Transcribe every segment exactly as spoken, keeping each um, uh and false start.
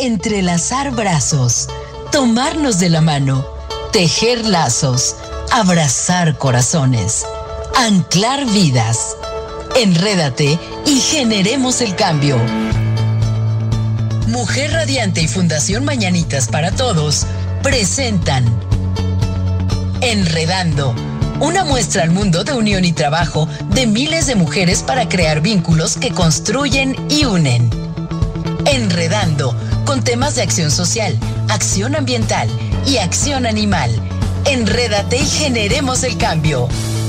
entrelazar brazos, tomarnos de la mano, tejer lazos, abrazar corazones, anclar vidas. Enrédate y generemos el cambio. Mujer Radiante y Fundación Mañanitas para Todos presentan Enredando, una muestra al mundo de unión y trabajo de miles de mujeres para crear vínculos que construyen y unen. Enredando, con temas de acción social, acción ambiental y acción animal. Enrédate y generemos el cambio.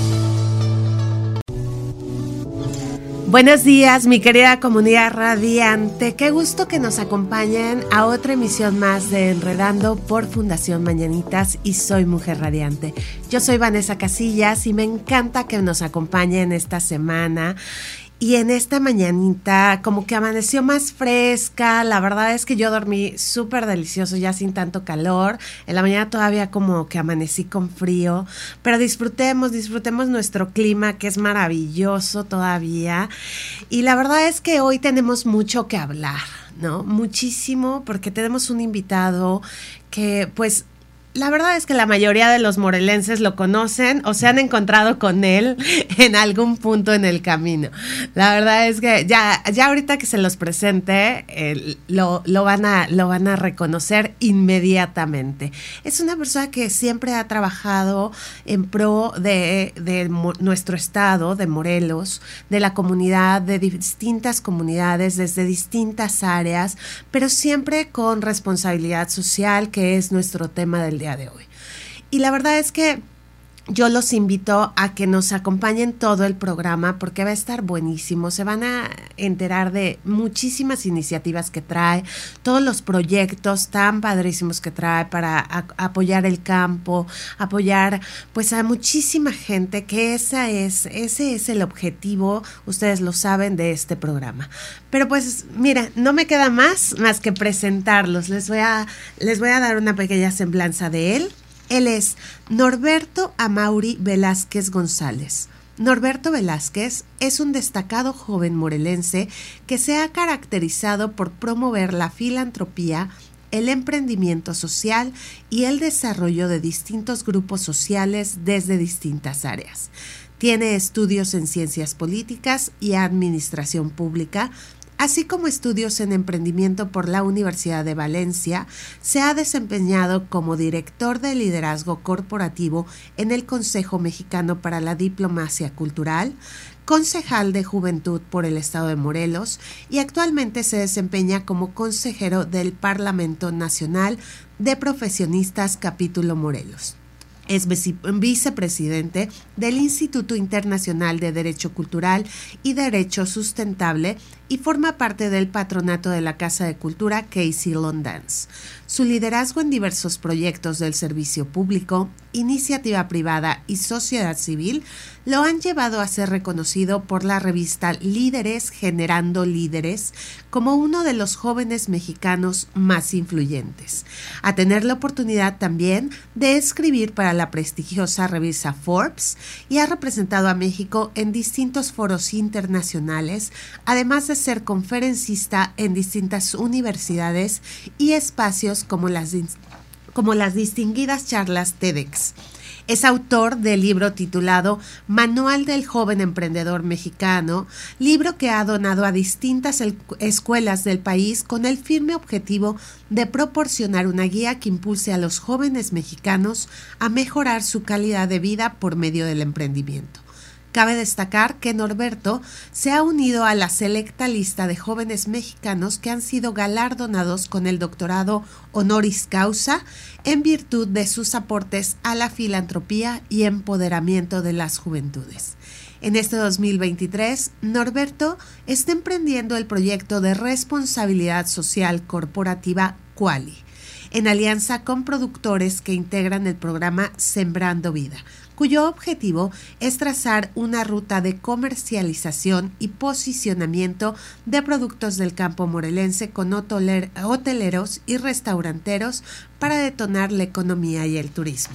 Buenos días, mi querida comunidad radiante. Qué gusto que nos acompañen a otra emisión más de Enredando por Fundación Mañanitas y Soy Mujer Radiante. Yo soy Vanessa Casillas y me encanta que nos acompañen esta semana. Y en esta mañanita como que amaneció más fresca, la verdad es que yo dormí súper delicioso ya sin tanto calor, en la mañana todavía como que amanecí con frío, pero disfrutemos, disfrutemos nuestro clima que es maravilloso todavía y la verdad es que hoy tenemos mucho que hablar, ¿no? Muchísimo porque tenemos un invitado que pues... La verdad es que la mayoría de los morelenses lo conocen o se han encontrado con él en algún punto en el camino. La verdad es que ya, ya ahorita que se los presente, eh, lo, lo, van a, lo van a reconocer inmediatamente. Es una persona que siempre ha trabajado en pro de, de mo- nuestro estado, de Morelos, de la comunidad, de distintas comunidades, desde distintas áreas, pero siempre con responsabilidad social, que es nuestro tema del día de hoy. Y la verdad es que yo los invito a que nos acompañen todo el programa porque va a estar buenísimo. Se van a enterar de muchísimas iniciativas que trae, todos los proyectos tan padrísimos que trae para a, apoyar el campo, apoyar pues a muchísima gente, que esa es, ese es el objetivo, ustedes lo saben, de este programa. Pero pues mira, no me queda más más que presentarlos. Les voy a, les voy a dar una pequeña semblanza de él. Él es Norberto Amaury Velázquez González. Norberto Velázquez es un destacado joven morelense que se ha caracterizado por promover la filantropía, el emprendimiento social y el desarrollo de distintos grupos sociales desde distintas áreas. Tiene estudios en ciencias políticas y administración pública, así como estudios en emprendimiento por la Universidad de Valencia. Se ha desempeñado como director de liderazgo corporativo en el Consejo Mexicano para la Diplomacia Cultural, concejal de Juventud por el Estado de Morelos y actualmente se desempeña como consejero del Parlamento Nacional de Profesionistas Capítulo Morelos. Es vicepresidente del Instituto Internacional de Derecho Cultural y Derecho Sustentable y forma parte del patronato de la Casa de Cultura Casey Londance. Su liderazgo en diversos proyectos del servicio público, iniciativa privada y sociedad civil lo han llevado a ser reconocido por la revista Líderes Generando Líderes como uno de los jóvenes mexicanos más influyentes, a tener la oportunidad también de escribir para la prestigiosa revista Forbes y ha representado a México en distintos foros internacionales, además de ser conferencista en distintas universidades y espacios como las, como las distinguidas charlas TEDx. Es autor del libro titulado Manual del Joven Emprendedor Mexicano, libro que ha donado a distintas escuelas del país con el firme objetivo de proporcionar una guía que impulse a los jóvenes mexicanos a mejorar su calidad de vida por medio del emprendimiento. Cabe destacar que Norberto se ha unido a la selecta lista de jóvenes mexicanos que han sido galardonados con el doctorado honoris causa en virtud de sus aportes a la filantropía y empoderamiento de las juventudes. En este dos mil veintitrés, Norberto está emprendiendo el proyecto de responsabilidad social corporativa Quali, en alianza con productores que integran el programa Sembrando Vida, cuyo objetivo es trazar una ruta de comercialización y posicionamiento de productos del campo morelense con hoteleros y restauranteros para detonar la economía y el turismo.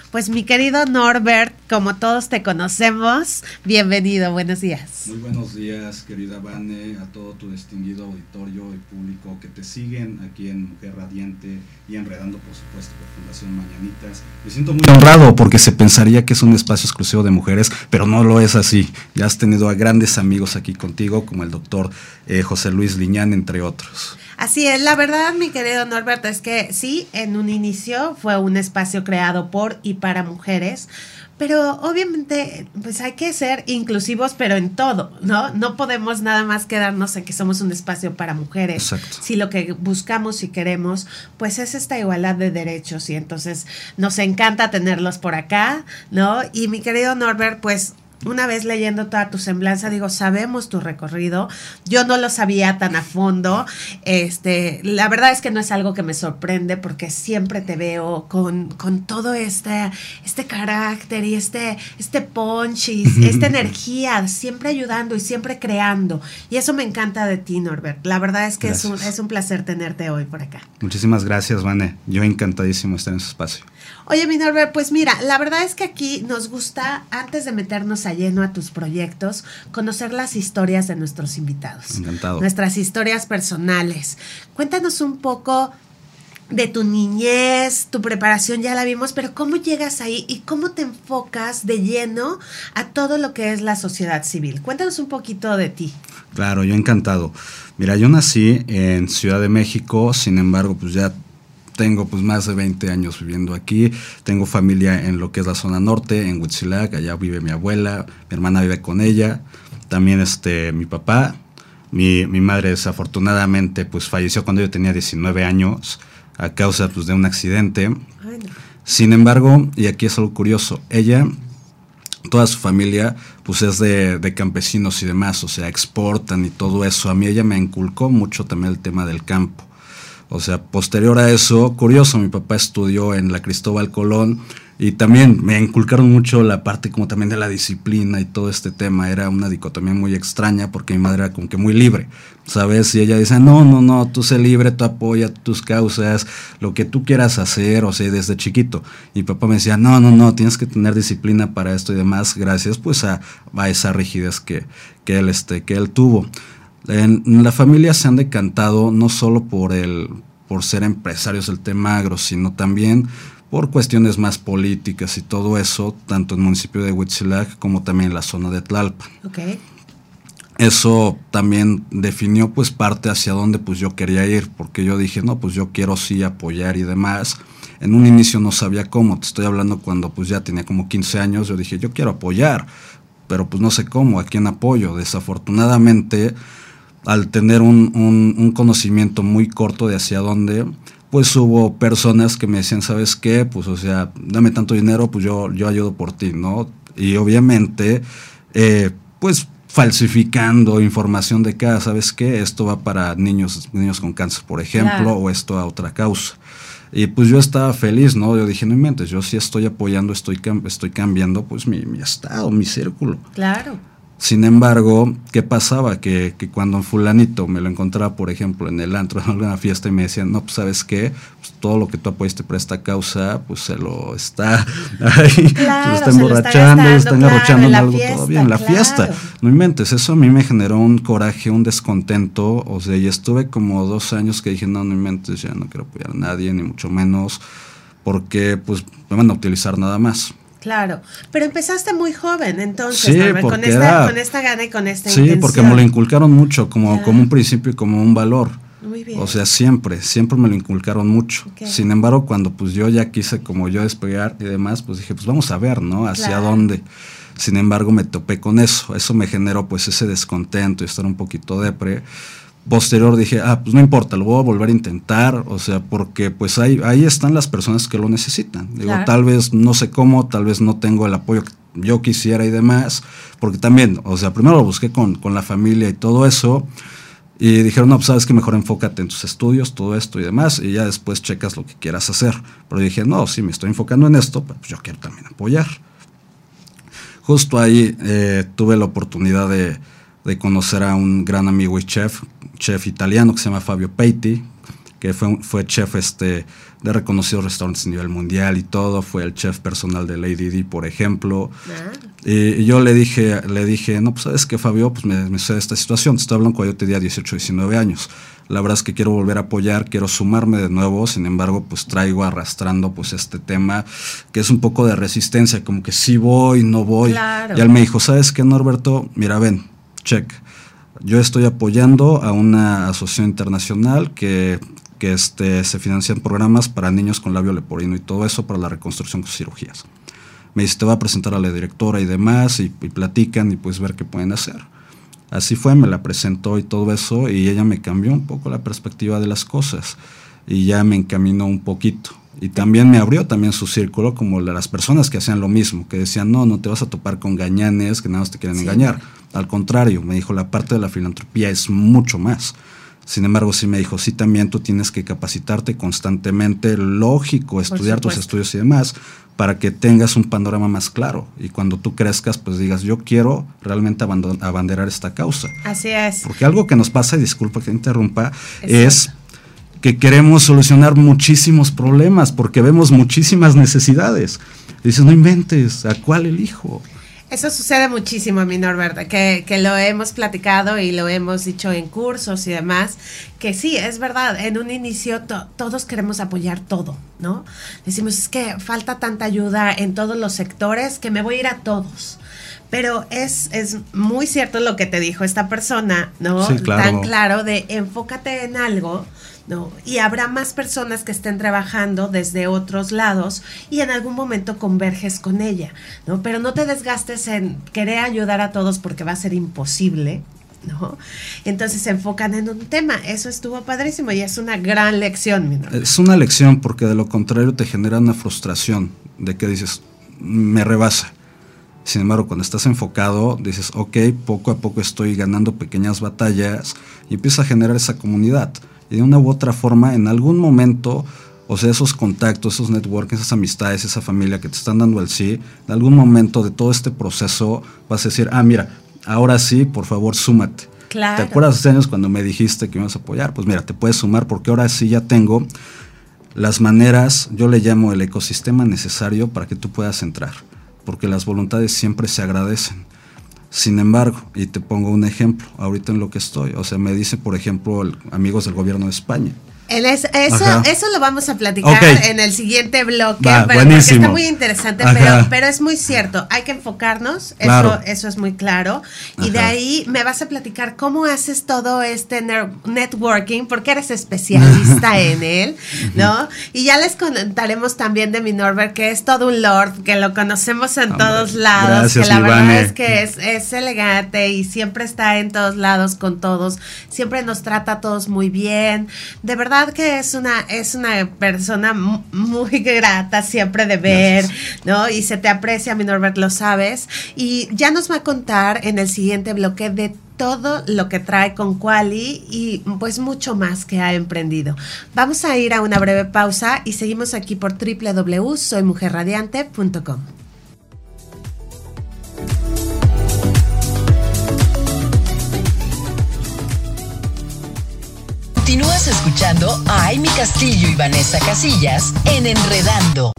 Pues mi querido Norbert, como todos te conocemos, bienvenido, buenos días. Muy buenos días, querida Vane, a todo tu distinguido auditorio y público que te siguen aquí en Mujer Radiante y Enredando, por supuesto, por Fundación Mañanitas. Me siento muy honrado porque se pensaría que es un espacio exclusivo de mujeres, pero no lo es así. Ya has tenido a grandes amigos aquí contigo, como el doctor eh, José Luis Liñán, entre otros. Así es, la verdad, mi querido Norberto, es que sí, en un inicio fue un espacio creado por y para mujeres, pero obviamente pues hay que ser inclusivos, pero en todo, ¿no? No podemos nada más quedarnos en que somos un espacio para mujeres. Exacto. Si lo que buscamos y queremos, pues es esta igualdad de derechos, y entonces nos encanta tenerlos por acá, ¿no? Y mi querido Norbert, pues una vez leyendo toda tu semblanza, digo, sabemos tu recorrido. Yo no lo sabía tan a fondo. Este, la verdad es que no es algo que me sorprende porque siempre te veo con, con todo este, este carácter y este, este punch y esta energía, siempre ayudando y siempre creando. Y eso me encanta de ti, Norbert. La verdad es que es un, es un placer tenerte hoy por acá. Muchísimas gracias, Vane. Yo encantadísimo de estar en su espacio. Oye, mi Norbert, pues mira, la verdad es que aquí nos gusta, antes de meternos a lleno a tus proyectos, conocer las historias de nuestros invitados. Encantado. Nuestras historias personales. Cuéntanos un poco de tu niñez, tu preparación ya la vimos, pero ¿cómo llegas ahí y cómo te enfocas de lleno a todo lo que es la sociedad civil? Cuéntanos un poquito de ti. Claro, yo encantado. Mira, yo nací en Ciudad de México, sin embargo, pues ya tengo pues más de veinte años viviendo aquí. Tengo familia en lo que es la zona norte, en Huitzilac. Allá vive mi abuela, mi hermana vive con ella. También este, mi papá. Mi, mi madre desafortunadamente pues falleció cuando yo tenía diecinueve años a causa pues de un accidente. Ay, no. Sin embargo, y aquí es algo curioso, ella, toda su familia pues es de, de campesinos y demás, o sea, exportan y todo eso. A mí ella me inculcó mucho también el tema del campo. O sea, posterior a eso, curioso, mi papá estudió en la Cristóbal Colón y también me inculcaron mucho la parte como también de la disciplina y todo este tema. Era una dicotomía muy extraña porque mi madre era como que muy libre, ¿sabes? Y ella dice, no, no, no, tú sé libre, tú apoya tus causas, lo que tú quieras hacer, o sea, desde chiquito. Y mi papá me decía, no, no, no, tienes que tener disciplina para esto y demás, gracias pues a, a esa rigidez que, que, él, este, que él tuvo. En la familia se han decantado no solo por el por ser empresarios del tema agro, sino también por cuestiones más políticas y todo eso, tanto en el municipio de Huitzilac como también en la zona de Tlalpan. Okay. Eso también definió pues parte hacia dónde pues yo quería ir, porque yo dije, no, pues yo quiero sí apoyar y demás. En un inicio no sabía cómo, te estoy hablando cuando pues ya tenía como quince años, yo dije, yo quiero apoyar, pero pues no sé cómo, a quién apoyo. Desafortunadamente, al tener un, un, un conocimiento muy corto de hacia dónde, pues hubo personas que me decían, ¿sabes qué? Pues, o sea, dame tanto dinero, pues yo, yo ayudo por ti, ¿no? Y obviamente, eh, pues falsificando información de cada, ¿sabes qué? Esto va para niños, niños con cáncer, por ejemplo, claro, o esto a otra causa. Y pues yo estaba feliz, ¿no? Yo dije, no inventes, yo sí estoy apoyando, estoy, estoy cambiando, pues mi, mi estado, mi círculo. Claro. Sin embargo, ¿qué pasaba? Que, que cuando un fulanito me lo encontraba, por ejemplo, en el antro, en alguna fiesta, y me decían, no, pues, ¿sabes qué? Pues, todo lo que tú apoyaste para esta causa, pues se lo está ahí, claro, se lo está emborrachando, se lo está engarrochando en claro, algo fiesta, todavía, en la claro. fiesta. No inventes, eso a mí me generó un coraje, un descontento, o sea, y estuve como dos años que dije, no, no inventes, ya no quiero apoyar a nadie, ni mucho menos, porque pues me van a utilizar nada más. Claro, pero empezaste muy joven, entonces, sí, Norbert, con, esta, era, con esta gana y con esta sí, intención. Sí, porque me lo inculcaron mucho, como, claro, como un principio y como un valor. Muy bien. O sea, siempre, siempre me lo inculcaron mucho. Okay. Sin embargo, cuando pues yo ya quise como yo despegar y demás, pues dije, pues vamos a ver, ¿no? Hacia claro. dónde. Sin embargo, me topé con eso. Eso me generó pues ese descontento y estar un poquito depre. Posterior dije, ah, pues no importa, lo voy a volver a intentar, o sea, porque pues ahí, ahí están las personas que lo necesitan. Digo, claro, tal vez no sé cómo, tal vez no tengo el apoyo que yo quisiera y demás, porque también, o sea, primero lo busqué con, con la familia y todo eso, y dijeron, no, pues sabes que mejor enfócate en tus estudios, todo esto y demás, y ya después checas lo que quieras hacer. Pero dije, no, sí, me estoy enfocando en esto, pero pues yo quiero también apoyar. Justo ahí eh, tuve la oportunidad de, de conocer a un gran amigo y chef, chef italiano que se llama Fabio Peiti, que fue, fue chef este, de reconocidos restaurantes a nivel mundial y todo, fue el chef personal de Lady Di, por ejemplo. Ah. Y yo le dije, le dije, no, pues sabes qué, Fabio, pues me, me sucede esta situación, te estoy hablando cuando yo tenía dieciocho, diecinueve años. La verdad es que quiero volver a apoyar, quiero sumarme de nuevo, sin embargo, pues traigo arrastrando pues este tema que es un poco de resistencia, como que sí voy, no voy. Claro. Y él me dijo, ¿sabes qué, Norberto? Mira, ven, check. Yo estoy apoyando a una asociación internacional que, que este, se financian programas para niños con labio leporino y todo eso para la reconstrucción con cirugías. Me dice, te va a presentar a la directora y demás, y, y platican y pues ver qué pueden hacer. Así fue, me la presentó y todo eso, y ella me cambió un poco la perspectiva de las cosas y ya me encaminó un poquito. Y también me abrió también su círculo, como las personas que hacían lo mismo, que decían, no, no te vas a topar con gañanes que nada más te quieren sí. engañar. Al contrario, me dijo, la parte de la filantropía es mucho más. Sin embargo, sí me dijo, sí, también tú tienes que capacitarte constantemente, lógico, estudiar tus estudios y demás, para que tengas un panorama más claro. Y cuando tú crezcas, pues digas, yo quiero realmente abanderar esta causa. Así es. Porque algo que nos pasa, y disculpa que interrumpa, es, es que queremos solucionar muchísimos problemas, porque vemos muchísimas necesidades. Y dices, no inventes, ¿a cuál elijo? Eso sucede muchísimo, mi Norberto, que, que lo hemos platicado y lo hemos dicho en cursos y demás, que sí, es verdad, en un inicio to, todos queremos apoyar todo, ¿no? Decimos, es que falta tanta ayuda en todos los sectores que me voy a ir a todos. Pero es, es muy cierto lo que te dijo esta persona, ¿no? Sí, claro. Tan claro de enfócate en algo, ¿no? Y habrá más personas que estén trabajando desde otros lados y en algún momento converges con ella, ¿no? Pero no te desgastes en querer ayudar a todos porque va a ser imposible, ¿no? Entonces se enfocan en un tema. Eso estuvo padrísimo y es una gran lección, mi nombre. Es una lección porque de lo contrario te genera una frustración de que dices, me rebasa. Sin embargo, cuando estás enfocado, dices, ok, poco a poco estoy ganando pequeñas batallas y empieza a generar esa comunidad. Y de una u otra forma, en algún momento, o sea, esos contactos, esos networks, esas amistades, esa familia que te están dando el sí, en algún momento de todo este proceso vas a decir, ah, mira, ahora sí, por favor, súmate. Claro. ¿Te acuerdas hace años cuando me dijiste que me ibas a apoyar? Pues mira, te puedes sumar porque ahora sí ya tengo las maneras, yo le llamo el ecosistema necesario para que tú puedas entrar, porque las voluntades siempre se agradecen. Sin embargo, y te pongo un ejemplo, ahorita en lo que estoy, o sea, me dice, por ejemplo, el, amigos del gobierno de España. En es, eso, eso lo vamos a platicar okay. en el siguiente bloque, Va, pero porque está muy interesante, pero, pero es muy cierto, hay que enfocarnos, claro. eso, eso es muy claro, y Ajá. de ahí me vas a platicar cómo haces todo este networking, porque eres especialista en él, ¿no? Y ya les contaremos también de mi Norbert, que es todo un lord, que lo conocemos en Hombre, todos lados, gracias, que la verdad Ivane. es que es, es elegante y siempre está en todos lados con todos, siempre nos trata a todos muy bien, de verdad que es una es una persona muy grata siempre de ver, Gracias. ¿no? Y se te aprecia, mi Norbert, lo sabes. Y ya nos va a contar en el siguiente bloque de todo lo que trae con Quali y pues mucho más que ha emprendido. Vamos a ir a una breve pausa y seguimos aquí por doble u doble u doble u punto soy mujer radiante punto com. Continúas escuchando a Amy Castillo y Vanessa Casillas en Enredando.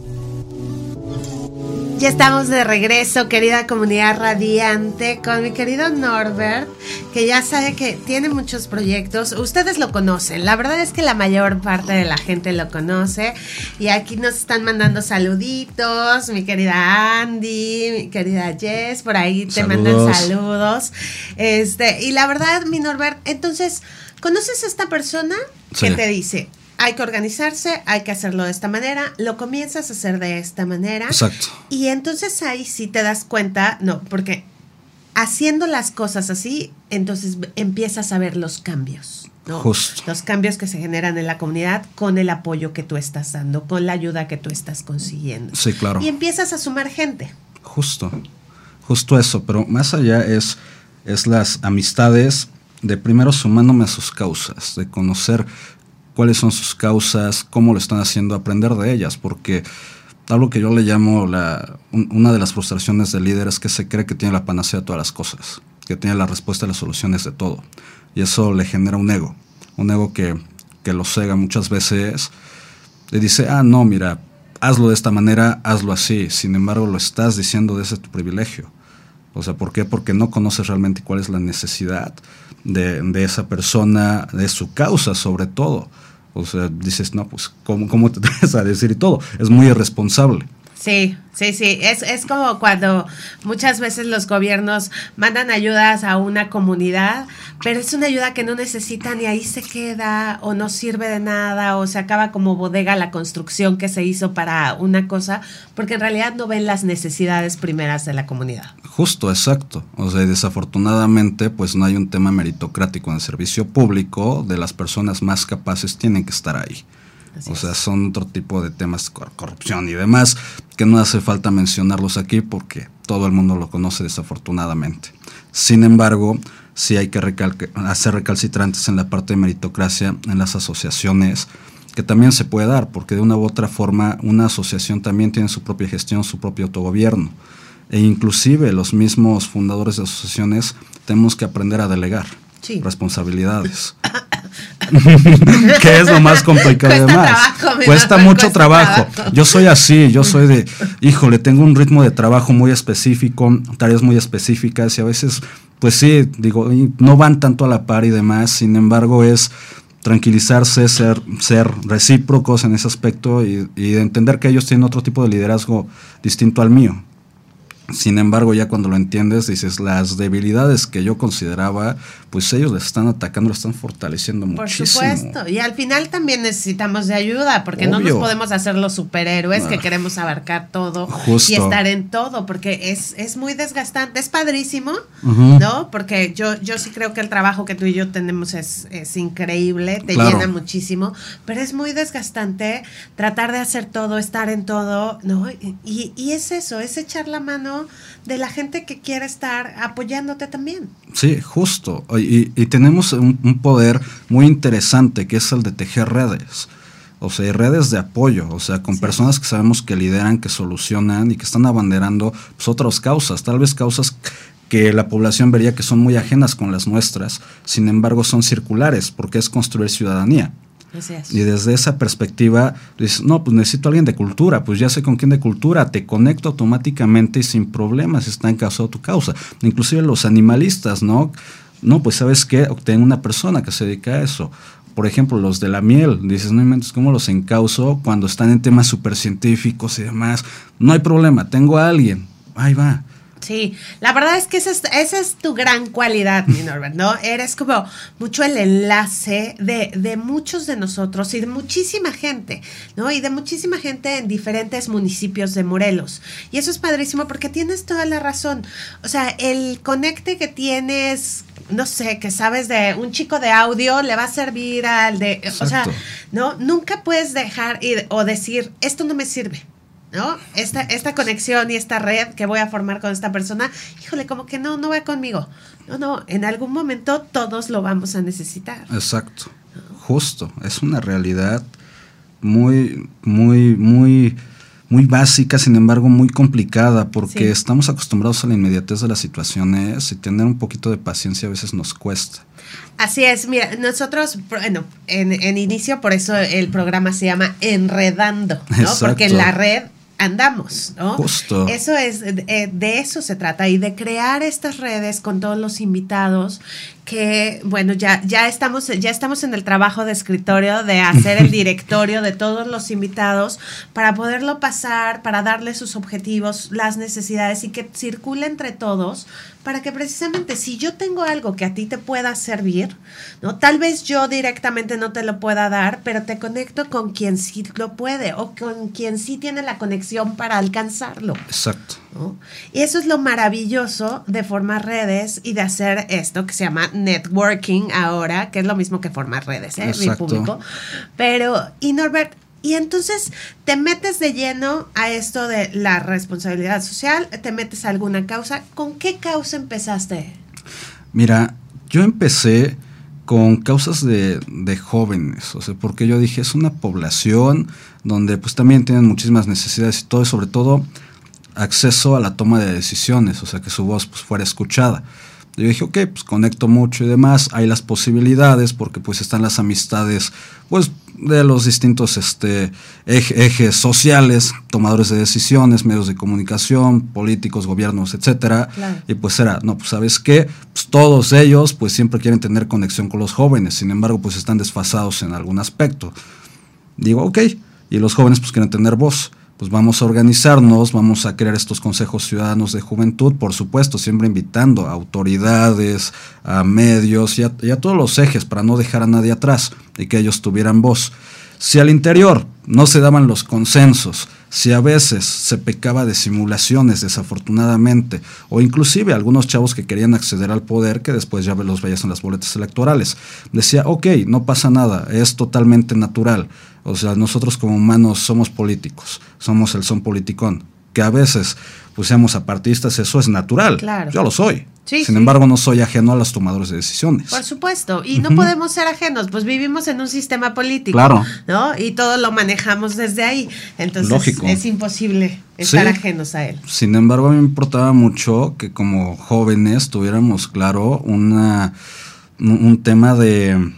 Ya estamos de regreso, querida comunidad radiante, con mi querido Norbert, que ya sabe que tiene muchos proyectos. Ustedes lo conocen, la verdad es que la mayor parte de la gente lo conoce. Y aquí nos están mandando saluditos, mi querida Andy, mi querida Jess, por ahí te saludos. mandan saludos. Este, y la verdad, mi Norbert, entonces, ¿conoces a esta persona sí. que te dice, hay que organizarse, hay que hacerlo de esta manera, lo comienzas a hacer de esta manera? Exacto. Y entonces ahí sí te das cuenta, no, porque haciendo las cosas así, entonces empiezas a ver los cambios, ¿no? Justo. Los cambios que se generan en la comunidad con el apoyo que tú estás dando, con la ayuda que tú estás consiguiendo. Sí, claro. Y empiezas a sumar gente. Justo, justo eso, pero más allá es, es las amistades de primero sumándome a sus causas, de conocer cuáles son sus causas, cómo lo están haciendo, aprender de ellas, porque algo que yo le llamo la, un, una de las frustraciones del líder es que se cree que tiene la panacea de todas las cosas, que tiene la respuesta a las soluciones de todo, y eso le genera un ego, un ego que que lo cega muchas veces, le dice, ah, no, mira, hazlo de esta manera, hazlo así. Sin embargo, lo estás diciendo desde tu privilegio. O sea, ¿por qué? Porque no conoces realmente cuál es la necesidad de, de esa persona, de su causa sobre todo. O sea, dices, no, pues, ¿cómo, cómo te atreves a decir y todo? Es muy irresponsable. Sí, sí, sí, es, es como cuando muchas veces los gobiernos mandan ayudas a una comunidad, pero es una ayuda que no necesitan y ahí se queda o no sirve de nada o se acaba como bodega la construcción que se hizo para una cosa, porque en realidad no ven las necesidades primeras de la comunidad. Justo, exacto. O sea, desafortunadamente, pues no hay un tema meritocrático en el servicio público, de las personas más capaces tienen que estar ahí. Así o sea, son otro tipo de temas, cor- corrupción y demás, que no hace falta mencionarlos aquí porque todo el mundo lo conoce desafortunadamente. Sin embargo, sí hay que recalque, hacer recalcitrantes en la parte de meritocracia, en las asociaciones, que también se puede dar, porque de una u otra forma una asociación también tiene su propia gestión, su propio autogobierno. E inclusive los mismos fundadores de asociaciones tenemos que aprender a delegar sí. responsabilidades. Que es lo más complicado. Cuesta además trabajo, cuesta mucho cuesta trabajo. trabajo Yo soy así, yo soy de híjole, tengo un ritmo de trabajo muy específico, tareas muy específicas y a veces pues sí, digo, no van tanto a la par y demás. Sin embargo, es tranquilizarse, ser, ser recíprocos en ese aspecto y, y entender que ellos tienen otro tipo de liderazgo distinto al mío. Sin embargo, ya cuando lo entiendes, dices, las debilidades que yo consideraba, pues ellos les están atacando, les están fortaleciendo Por muchísimo. Por supuesto, y al final también necesitamos de ayuda, porque Obvio. no nos podemos hacer los superhéroes ah, que queremos abarcar todo justo. y estar en todo, porque es, es muy desgastante, es padrísimo, uh-huh. ¿no? Porque yo, yo sí creo que el trabajo que tú y yo tenemos es, es increíble, te claro. llena muchísimo, pero es muy desgastante tratar de hacer todo, estar en todo, ¿no? Y, y, y es eso, es echar la mano de la gente que quiere estar apoyándote también. Sí, justo. Y, y tenemos un, un poder muy interesante que es el de tejer redes. O sea, redes de apoyo, o sea, con sí. personas que sabemos que lideran, que solucionan y que están abanderando pues, otras causas, tal vez causas que la población vería que son muy ajenas con las nuestras, sin embargo son circulares, porque es construir ciudadanía. Gracias. Y desde esa perspectiva dices, no, pues necesito a alguien de cultura, pues ya sé con quién de cultura, te conecto automáticamente y sin problemas está encausado tu causa. Inclusive los animalistas, ¿no? No, pues ¿sabes qué? Tengo una persona que se dedica a eso. Por ejemplo, los de la miel, dices, no inventes, ¿cómo los encauso cuando están en temas súper científicos y demás? No hay problema, tengo a alguien, ahí va. Sí, la verdad es que esa es, esa es tu gran cualidad, mi Norbert, ¿no? Eres como mucho el enlace de, de muchos de nosotros y de muchísima gente, ¿no? Y de muchísima gente en diferentes municipios de Morelos. Y eso es padrísimo porque tienes toda la razón. O sea, el conecte que tienes, no sé, que sabes de un chico de audio le va a servir al de... Exacto. O sea, ¿no? Nunca puedes dejar ir, o decir, esto no me sirve. ¿No? Esta, esta conexión y esta red que voy a formar con esta persona, híjole, como que no, no va conmigo. No, no, en algún momento todos lo vamos a necesitar. Exacto, ¿no? Justo, es una realidad muy, muy, muy, muy básica, sin embargo muy complicada, porque sí. estamos acostumbrados a la inmediatez de las situaciones y tener un poquito de paciencia a veces nos cuesta. Así es, mira, nosotros, bueno, en, en inicio por eso el programa se llama Enredando, ¿no? Exacto. Porque en la red andamos, ¿no? Justo. Eso es, de, de eso se trata y de crear estas redes con todos los invitados que, bueno, ya, ya estamos, ya estamos en el trabajo de escritorio de hacer el directorio de todos los invitados para poderlo pasar, para darle sus objetivos, las necesidades y que circule entre todos para que precisamente si yo tengo algo que a ti te pueda servir, ¿no? Tal vez yo directamente no te lo pueda dar, pero te conecto con quien sí lo puede o con quien sí tiene la conexión para alcanzarlo. Exacto. ¿No? Y eso es lo maravilloso de formar redes y de hacer esto que se llama networking ahora, que es lo mismo que formar redes, ¿eh? Mi público. Pero, y Norbert, y entonces te metes de lleno a esto de la responsabilidad social, te metes a alguna causa. ¿Con qué causa empezaste? Mira, yo empecé con causas de, de jóvenes, o sea, porque yo dije, es una población donde pues también tienen muchísimas necesidades y todo, y sobre todo acceso a la toma de decisiones, o sea, que su voz pues fuera escuchada. Y yo dije, ok, pues conecto mucho y demás, hay las posibilidades porque pues están las amistades pues de los distintos este, eje, ejes sociales, tomadores de decisiones, medios de comunicación, políticos, gobiernos, etcétera. Claro. Y pues era, no, pues ¿sabes qué? Pues todos ellos pues siempre quieren tener conexión con los jóvenes, sin embargo pues están desfasados en algún aspecto. Digo, ok, y los jóvenes pues quieren tener voz. Pues vamos a organizarnos, vamos a crear estos consejos ciudadanos de juventud, por supuesto, siempre invitando a autoridades, a medios y a, y a todos los ejes para no dejar a nadie atrás y que ellos tuvieran voz. Si al interior no se daban los consensos, si a veces se pecaba de simulaciones desafortunadamente, o inclusive algunos chavos que querían acceder al poder, que después ya los veías en las boletas electorales, decía, ok, no pasa nada, es totalmente natural. O sea, nosotros como humanos somos políticos, somos el son politicón, que a veces pues seamos apartistas, eso es natural, claro. Yo lo soy. Sí, Sin sí. embargo, no soy ajeno a los tomadores de decisiones. Por supuesto, y no uh-huh. podemos ser ajenos, pues vivimos en un sistema político, claro. ¿no? Y todo lo manejamos desde ahí, entonces Lógico. Es imposible estar sí. ajenos a él. Sin embargo, a mí me importaba mucho que como jóvenes tuviéramos claro una, un, un tema de,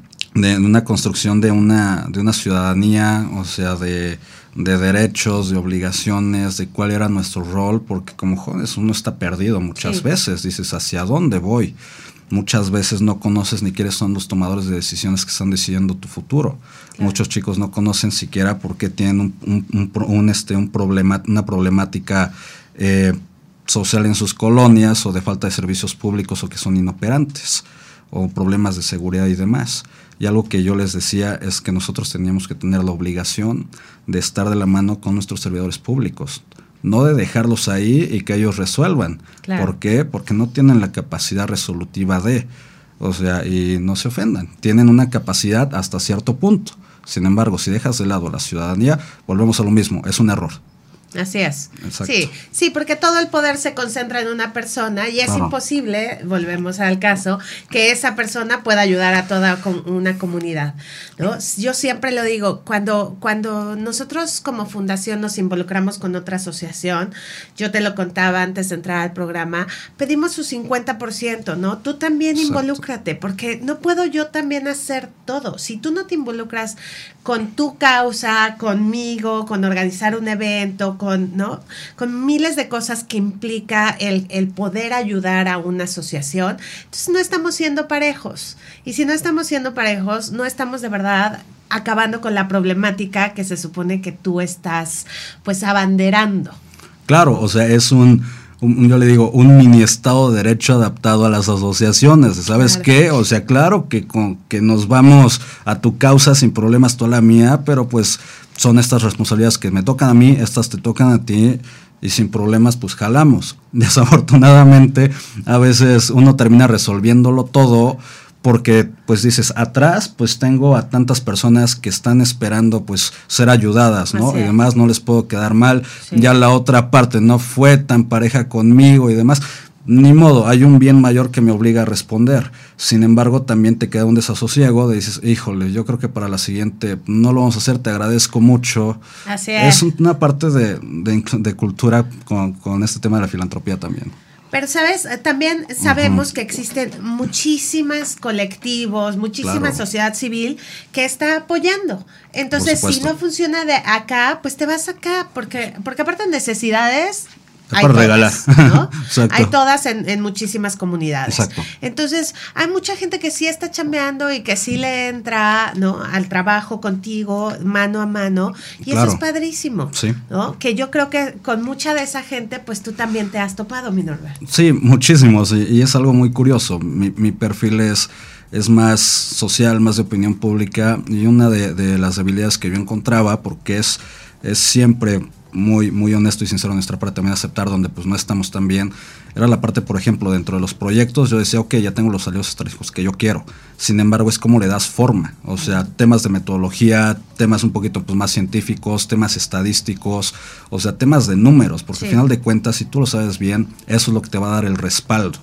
de una construcción de una, de una ciudadanía, o sea, de... de derechos, de obligaciones, de cuál era nuestro rol, porque como jóvenes uno está perdido muchas sí. veces, dices, ¿hacia dónde voy? Muchas veces no conoces ni quiénes son los tomadores de decisiones que están decidiendo tu futuro. Claro. Muchos chicos no conocen siquiera por qué tienen un, un, un, un, este, un problema, una problemática eh, social en sus colonias, o de falta de servicios públicos, o que son inoperantes, o problemas de seguridad y demás. Y algo que yo les decía es que nosotros teníamos que tener la obligación de estar de la mano con nuestros servidores públicos, no de dejarlos ahí y que ellos resuelvan. Claro. ¿Por qué? Porque no tienen la capacidad resolutiva de, o sea, y no se ofendan, tienen una capacidad hasta cierto punto. Sin embargo, si dejas de lado a la ciudadanía, volvemos a lo mismo, es un error. Así es. Exacto. Sí, sí, porque todo el poder se concentra en una persona y es claro. imposible, volvemos al caso, que esa persona pueda ayudar a toda una comunidad, ¿no? Yo siempre lo digo, cuando, cuando nosotros como fundación nos involucramos con otra asociación, yo te lo contaba antes de entrar al programa, pedimos su cincuenta por ciento, ¿no? Tú también Exacto. involúcrate, porque no puedo yo también hacer todo. Si tú no te involucras con tu causa, conmigo, con organizar un evento, con, ¿no? con miles de cosas que implica el, el poder ayudar a una asociación, entonces no estamos siendo parejos. Y si no estamos siendo parejos, no estamos de verdad acabando con la problemática que se supone que tú estás pues abanderando. Claro, o sea, es un... Un, yo le digo, un mini estado de derecho adaptado a las asociaciones, ¿sabes claro. qué? O sea, claro que, con, que nos vamos a tu causa sin problemas, tú a la mía, pero pues son estas responsabilidades que me tocan a mí, estas te tocan a ti, y sin problemas pues jalamos. Desafortunadamente, a veces uno termina resolviéndolo todo, porque pues dices, atrás pues tengo a tantas personas que están esperando pues ser ayudadas, ¿no? Así y demás, no les puedo quedar mal, sí. ya la otra parte no fue tan pareja conmigo y demás, ni modo, hay un bien mayor que me obliga a responder. Sin embargo, también te queda un desasosiego, de dices, híjole, yo creo que para la siguiente no lo vamos a hacer, te agradezco mucho. Así es. Es una parte de, de, de cultura con, con este tema de la filantropía también. Pero, ¿sabes? También sabemos uh-huh. que existen muchísimos colectivos, muchísima claro. sociedad civil que está apoyando. Entonces, si no funciona de acá, pues te vas acá, porque, porque aparte de necesidades... Hay por regalar. ¿No? Hay todas en, en muchísimas comunidades. Exacto. Entonces, hay mucha gente que sí está chambeando y que sí le entra, ¿no? al trabajo contigo, mano a mano, y claro. eso es padrísimo. Sí. ¿No? Que yo creo que con mucha de esa gente, pues tú también te has topado, mi Norbert. Sí, muchísimos, y, y es algo muy curioso. Mi, mi perfil es, es más social, más de opinión pública, y una de, de las debilidades que yo encontraba, porque es, es siempre... muy muy honesto y sincero de nuestra parte, también aceptar donde pues no estamos tan bien, era la parte, por ejemplo, dentro de los proyectos, yo decía, ok, ya tengo los aliados estratégicos que yo quiero, sin embargo es cómo le das forma, o sea, temas de metodología, temas un poquito pues más científicos, temas estadísticos, o sea, temas de números, porque sí. al final de cuentas, si tú lo sabes bien, eso es lo que te va a dar el respaldo,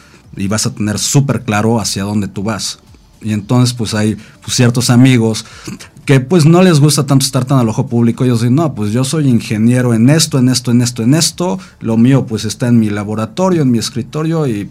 y vas a tener súper claro hacia dónde tú vas. Y entonces pues hay pues, ciertos amigos que pues no les gusta tanto estar tan al ojo público. Ellos dicen, no, pues yo soy ingeniero en esto, en esto, en esto, en esto. Lo mío pues está en mi laboratorio, en mi escritorio y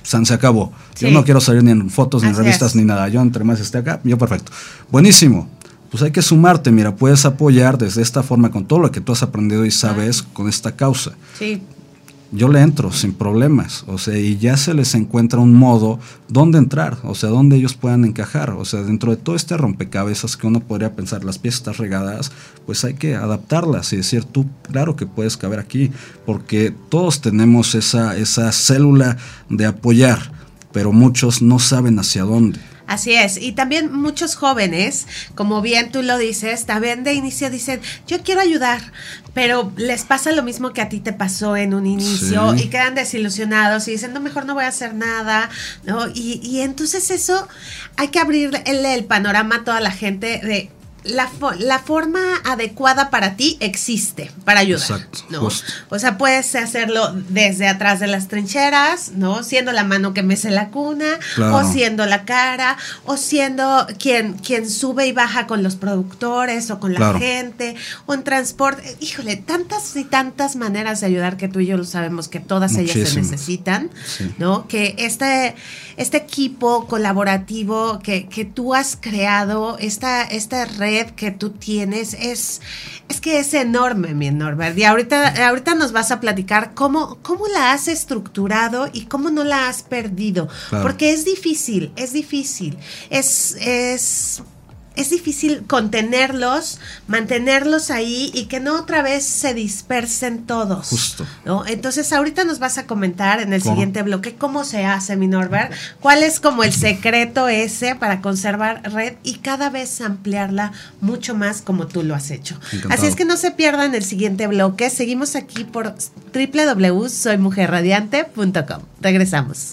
San se acabó. Sí. Yo no quiero salir ni en fotos, ni en revistas, es. ni nada. Yo entre más esté acá, yo perfecto. Buenísimo. Pues hay que sumarte, mira, puedes apoyar desde esta forma con todo lo que tú has aprendido y sabes ah. con esta causa. Sí. Yo le entro sin problemas, o sea, y ya se les encuentra un modo donde entrar, o sea, donde ellos puedan encajar, o sea, dentro de todo este rompecabezas que uno podría pensar, las piezas están regadas, pues hay que adaptarlas y decir, tú, claro que puedes caber aquí, porque todos tenemos esa, esa célula de apoyar, pero muchos no saben hacia dónde. Así es, y también muchos jóvenes, como bien tú lo dices, también de inicio dicen, yo quiero ayudar, pero les pasa lo mismo que a ti te pasó en un inicio, sí. y quedan desilusionados y dicen, no, mejor no voy a hacer nada, ¿no? Y, y entonces eso hay que abrirle el, el panorama a toda la gente de... La, fo- la forma adecuada para ti existe para ayudar. Exacto, ¿no? justo. O sea, puedes hacerlo desde atrás de las trincheras, ¿no? Siendo la mano que mece la cuna, claro. o siendo la cara, o siendo quien, quien sube y baja con los productores o con la claro. gente, o en transporte. Híjole, tantas y tantas maneras de ayudar que tú y yo lo sabemos que todas Muchísimas. ellas se necesitan, sí. ¿no? Que este, este equipo colaborativo que, que tú has creado, esta, esta red que tú tienes es, es que es enorme, mi Norbert. Y ahorita, ahorita nos vas a platicar cómo, cómo la has estructurado y cómo no la has perdido. Claro. Porque es difícil, es difícil. Es, es, es difícil contenerlos, mantenerlos ahí y que no otra vez se dispersen todos. Justo. ¿no? Entonces, ahorita nos vas a comentar en el ¿Cómo? siguiente bloque cómo se hace, mi Norbert, cuál es como el secreto ese para conservar red y cada vez ampliarla mucho más como tú lo has hecho. Encantado. Así es que no se pierdan el siguiente bloque. Seguimos aquí por doble u doble u doble u punto soy mujer radiante punto com. Regresamos.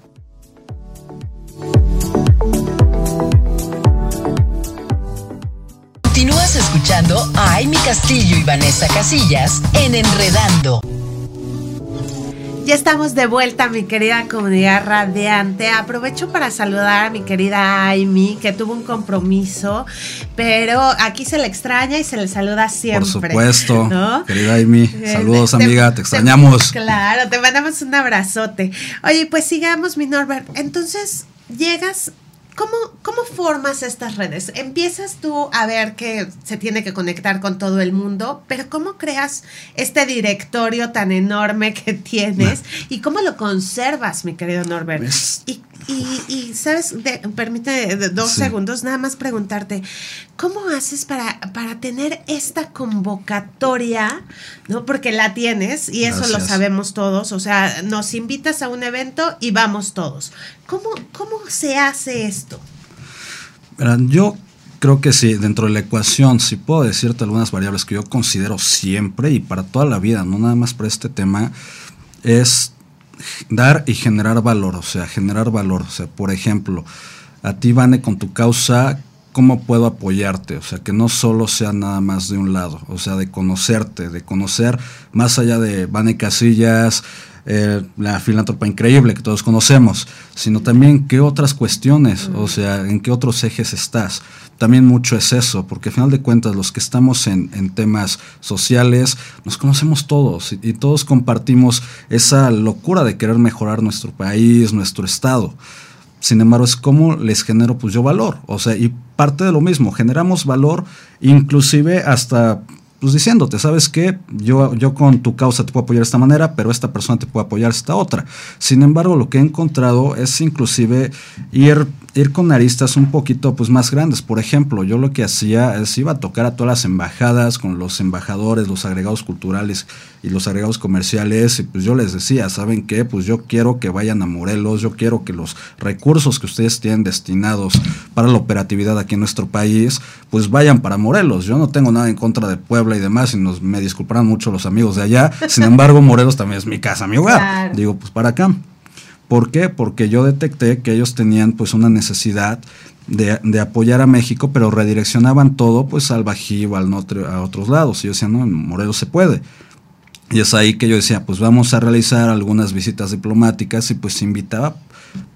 Continúas escuchando a Amy Castillo y Vanessa Casillas en Enredando. Ya estamos de vuelta, mi querida comunidad radiante. Aprovecho para saludar a mi querida Amy, que tuvo un compromiso, pero aquí se le extraña y se le saluda siempre. Por supuesto, ¿no? Querida Amy, saludos te, amiga, te extrañamos. Te, claro, te mandamos un abrazote. Oye, pues sigamos, mi Norbert. Entonces, llegas... ¿Cómo, ¿Cómo formas estas redes? Empiezas tú a ver que se tiene que conectar con todo el mundo, pero ¿cómo creas este directorio tan enorme que tienes? ¿Y cómo lo conservas, mi querido Norbert? Es... Y, y, y, ¿sabes? De, permíteme dos sí. segundos, nada más preguntarte, ¿cómo haces para, para tener esta convocatoria? ¿No? Porque la tienes y eso Gracias. Lo sabemos todos, o sea, nos invitas a un evento y vamos todos. ¿Cómo, cómo se hace esto? Yo creo que sí, dentro de la ecuación, si puedo decirte algunas variables que yo considero siempre y para toda la vida, no nada más para este tema, es dar y generar valor, o sea, generar valor. O sea, por ejemplo, a ti, Vane, con tu causa, ¿cómo puedo apoyarte? O sea, que no solo sea nada más de un lado, o sea, de conocerte, de conocer más allá de Vane Casillas, Eh, la filántropa increíble que todos conocemos, sino también qué otras cuestiones, mm. o sea, en qué otros ejes estás. También mucho es eso, porque al final de cuentas los que estamos en, en temas sociales nos conocemos todos y, y todos compartimos esa locura de querer mejorar nuestro país, nuestro estado. Sin embargo, es como les genero pues yo valor, o sea, y parte de lo mismo, generamos valor inclusive hasta... pues diciéndote, ¿sabes qué? Yo, yo con tu causa te puedo apoyar de esta manera, pero esta persona te puede apoyar de esta otra. Sin embargo, lo que he encontrado es inclusive ir, ir con aristas un poquito pues más grandes. Por ejemplo, yo lo que hacía es iba a tocar a todas las embajadas con los embajadores, los agregados culturales y los agregados comerciales, y pues yo les decía, ¿saben qué? Pues yo quiero que vayan a Morelos, yo quiero que los recursos que ustedes tienen destinados para la operatividad aquí en nuestro país, pues vayan para Morelos. Yo no tengo nada en contra de Puebla y demás, y nos, me disculparán mucho los amigos de allá, sin embargo Morelos también es mi casa, mi hogar. Claro. Digo, pues para acá. ¿Por qué? Porque yo detecté que ellos tenían pues una necesidad de, de apoyar a México, pero redireccionaban todo pues al Bajío, al norte, a otros lados, y yo decía, no, en Morelos se puede. Y es ahí que yo decía, pues vamos a realizar algunas visitas diplomáticas, y pues invitaba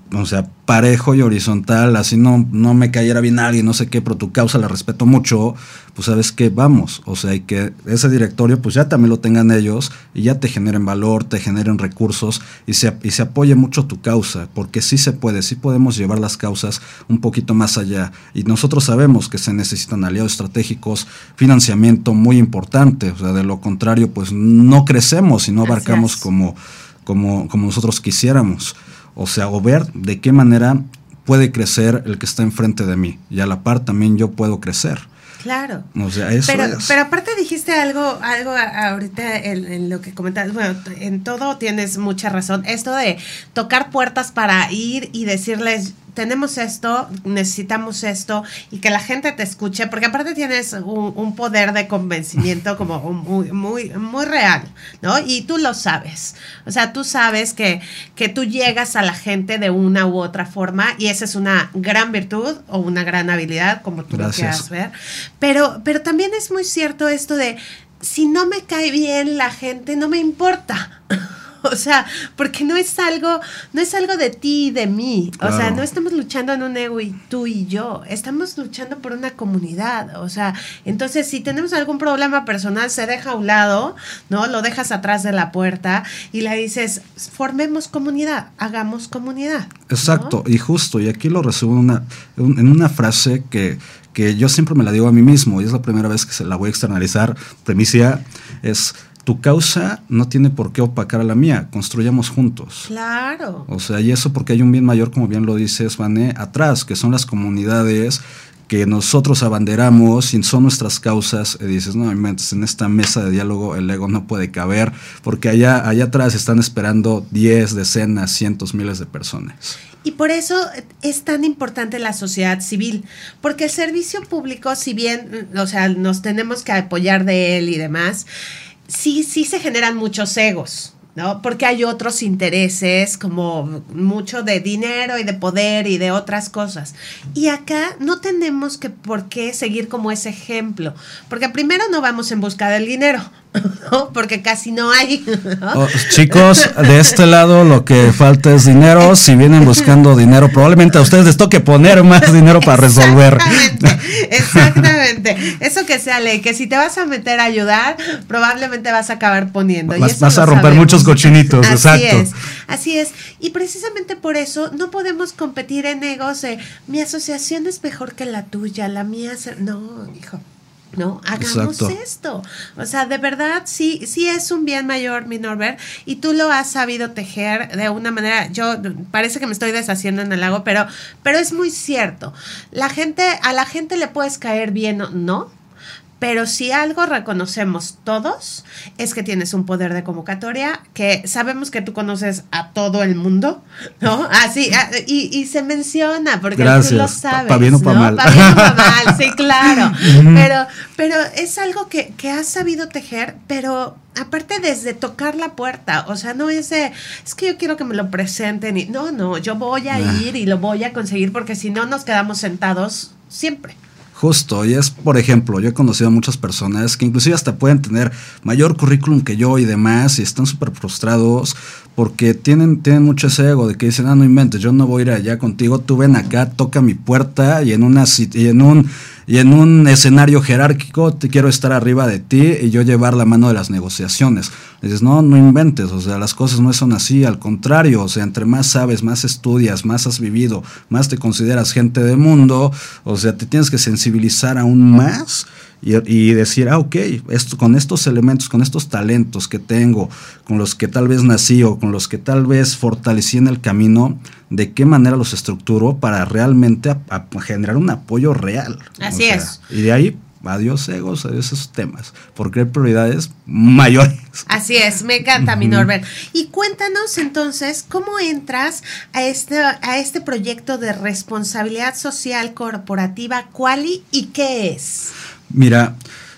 o sea, parejo y horizontal, así no, no me cayera bien alguien, no sé qué, pero tu causa la respeto mucho, pues sabes que vamos, o sea, y que ese directorio pues ya también lo tengan ellos y ya te generen valor, te generen recursos y se, y se apoye mucho tu causa, porque sí se puede, sí podemos llevar las causas un poquito más allá, y nosotros sabemos que se necesitan aliados estratégicos, financiamiento muy importante, o sea, de lo contrario pues no crecemos y no abarcamos como, como, como nosotros quisiéramos. O sea, o ver de qué manera puede crecer el que está enfrente de mí. Y a la par también yo puedo crecer. Claro. O sea, eso pero, es. Pero aparte dijiste algo, algo ahorita en, en lo que comentas, bueno, en todo tienes mucha razón. Esto de tocar puertas para ir y decirles, tenemos esto, necesitamos esto, y que la gente te escuche, porque aparte tienes un, un poder de convencimiento como muy, muy, muy real, ¿no? Y tú lo sabes. O sea, tú sabes que, que tú llegas a la gente de una u otra forma, y esa es una gran virtud o una gran habilidad, como tú Gracias. lo quieras ver. Pero, pero también es muy cierto esto de, si no me cae bien la gente, no me importa. O sea, porque no es algo, no es algo de ti y de mí. Claro. O sea, no estamos luchando en un ego y tú y yo. Estamos luchando por una comunidad. O sea, entonces si tenemos algún problema personal, se deja a un lado, ¿no? Lo dejas atrás de la puerta y le dices, formemos comunidad, hagamos comunidad, ¿no? Exacto, y justo, y aquí lo resumo en una, en una frase que, que yo siempre me la digo a mí mismo, y es la primera vez que se la voy a externalizar. Premisa es: tu causa no tiene por qué opacar a la mía, construyamos juntos. Claro. O sea, y eso porque hay un bien mayor, como bien lo dices, Vane, atrás, que son las comunidades que nosotros abanderamos y son nuestras causas. Y dices, no, en esta mesa de diálogo el ego no puede caber, porque allá, allá atrás están esperando diez, decenas, cientos, miles de personas. Y por eso es tan importante la sociedad civil, porque el servicio público, si bien, o sea, nos tenemos que apoyar de él y demás, sí, sí se generan muchos egos, ¿no? Porque hay otros intereses, como mucho de dinero y de poder y de otras cosas. Y acá no tenemos que por qué seguir como ese ejemplo, porque primero no vamos en busca del dinero, ¿no? Porque casi no hay, ¿no? Oh, chicos, de este lado lo que falta es dinero. Si vienen buscando dinero, probablemente a ustedes les toque poner más dinero para resolver. Exactamente, exactamente. Eso que sea ley, que si te vas a meter a ayudar, probablemente vas a acabar poniendo. Vas, y eso vas a romper sabemos. muchos cochinitos, así exacto. Es, así es. Y precisamente por eso no podemos competir en egos de mi asociación es mejor que la tuya, la mía es... No, hijo. No, hagamos Exacto. esto. O sea, de verdad, sí, sí es un bien mayor, mi Norbert, y tú lo has sabido tejer de una manera, yo parece que me estoy deshaciendo en el lago, pero, pero es muy cierto. La gente, a la gente le puedes caer bien o no, pero si algo reconocemos todos es que tienes un poder de convocatoria, que sabemos que tú conoces a todo el mundo, ¿no? Así, a, y, y se menciona, porque Gracias. tú lo sabes. Para bien o para ¿no? mal. Para bien o para mal, sí, claro. pero, pero es algo que, que has sabido tejer, pero aparte desde tocar la puerta, o sea, no es de, es que yo quiero que me lo presenten, y no, no, yo voy a ir y lo voy a conseguir, porque si no nos quedamos sentados siempre. Justo, y es, por ejemplo, yo he conocido a muchas personas que inclusive hasta pueden tener mayor currículum que yo y demás, y están súper frustrados porque tienen, tienen mucho ese ego de que dicen, ah, no inventes, yo no voy a ir allá contigo, tú ven acá, toca mi puerta, y en una y en un y en un escenario jerárquico te quiero estar arriba de ti y yo llevar la mano de las negociaciones. Dices, no, no inventes, o sea, las cosas no son así, al contrario, o sea, entre más sabes, más estudias, más has vivido, más te consideras gente de mundo, o sea, te tienes que sensibilizar aún más y, y decir, ah, ok, esto, con estos elementos, con estos talentos que tengo, con los que tal vez nací o con los que tal vez fortalecí en el camino, de qué manera los estructuro para realmente a, a generar un apoyo real. Así o sea, es. Y de ahí, adiós egos, adiós esos temas, porque hay prioridades mayores. Así es, me encanta, mi Norbert. Y cuéntanos entonces, ¿cómo entras a este, a este proyecto de responsabilidad social corporativa Quali y qué es? Mira,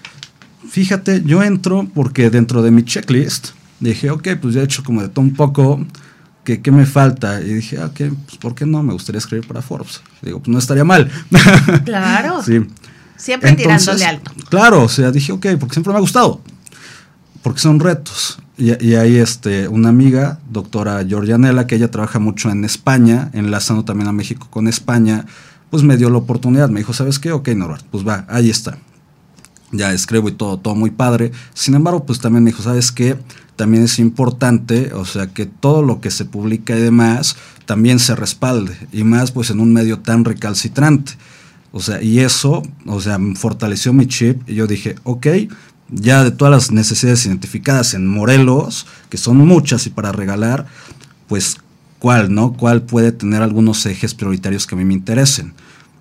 fíjate, yo entro porque dentro de mi checklist dije, ok, pues ya he hecho como de todo un poco, ¿qué, qué me falta? Y dije, ok, pues ¿por qué no? Me gustaría escribir para Forbes. Digo, pues no estaría mal. Claro. Sí. Siempre Entonces, tirándole alto. Claro, o sea, dije, ok, porque siempre me ha gustado. Porque son retos. Y, y ahí este, una amiga, doctora Georgianela, que ella trabaja mucho en España, enlazando también a México con España, pues me dio la oportunidad, me dijo, ¿sabes qué? Ok, Norbert, pues va, ahí está. Ya escribo y todo, todo muy padre. Sin embargo, pues también me dijo, ¿sabes qué? También es importante, o sea, que todo lo que se publica y demás también se respalde, y más pues en un medio tan recalcitrante. O sea, y eso, o sea, fortaleció mi chip, y yo dije, ok, ya de todas las necesidades identificadas en Morelos, que son muchas y para regalar, pues, ¿cuál, no? ¿Cuál puede tener algunos ejes prioritarios que a mí me interesen?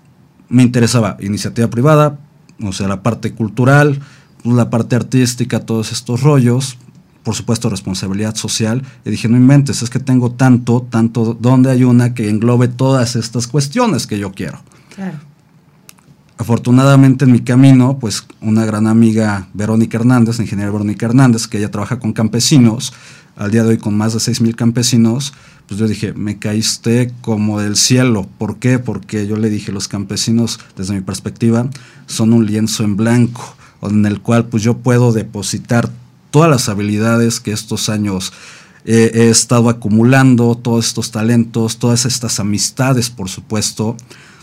Me interesaba iniciativa privada, o sea, la parte cultural, la parte artística, todos estos rollos, por supuesto responsabilidad social, y dije, no inventes, es que tengo tanto, tanto, donde hay una que englobe todas estas cuestiones que yo quiero. Claro. Afortunadamente en mi camino, pues una gran amiga, Verónica Hernández, la ingeniera Verónica Hernández, que ella trabaja con campesinos, al día de hoy con más de seis mil campesinos, pues yo dije, me caíste como del cielo. ¿Por qué? Porque yo le dije, los campesinos, desde mi perspectiva, son un lienzo en blanco, en el cual pues yo puedo depositar todas las habilidades que estos años eh, he estado acumulando, todos estos talentos, todas estas amistades, por supuesto,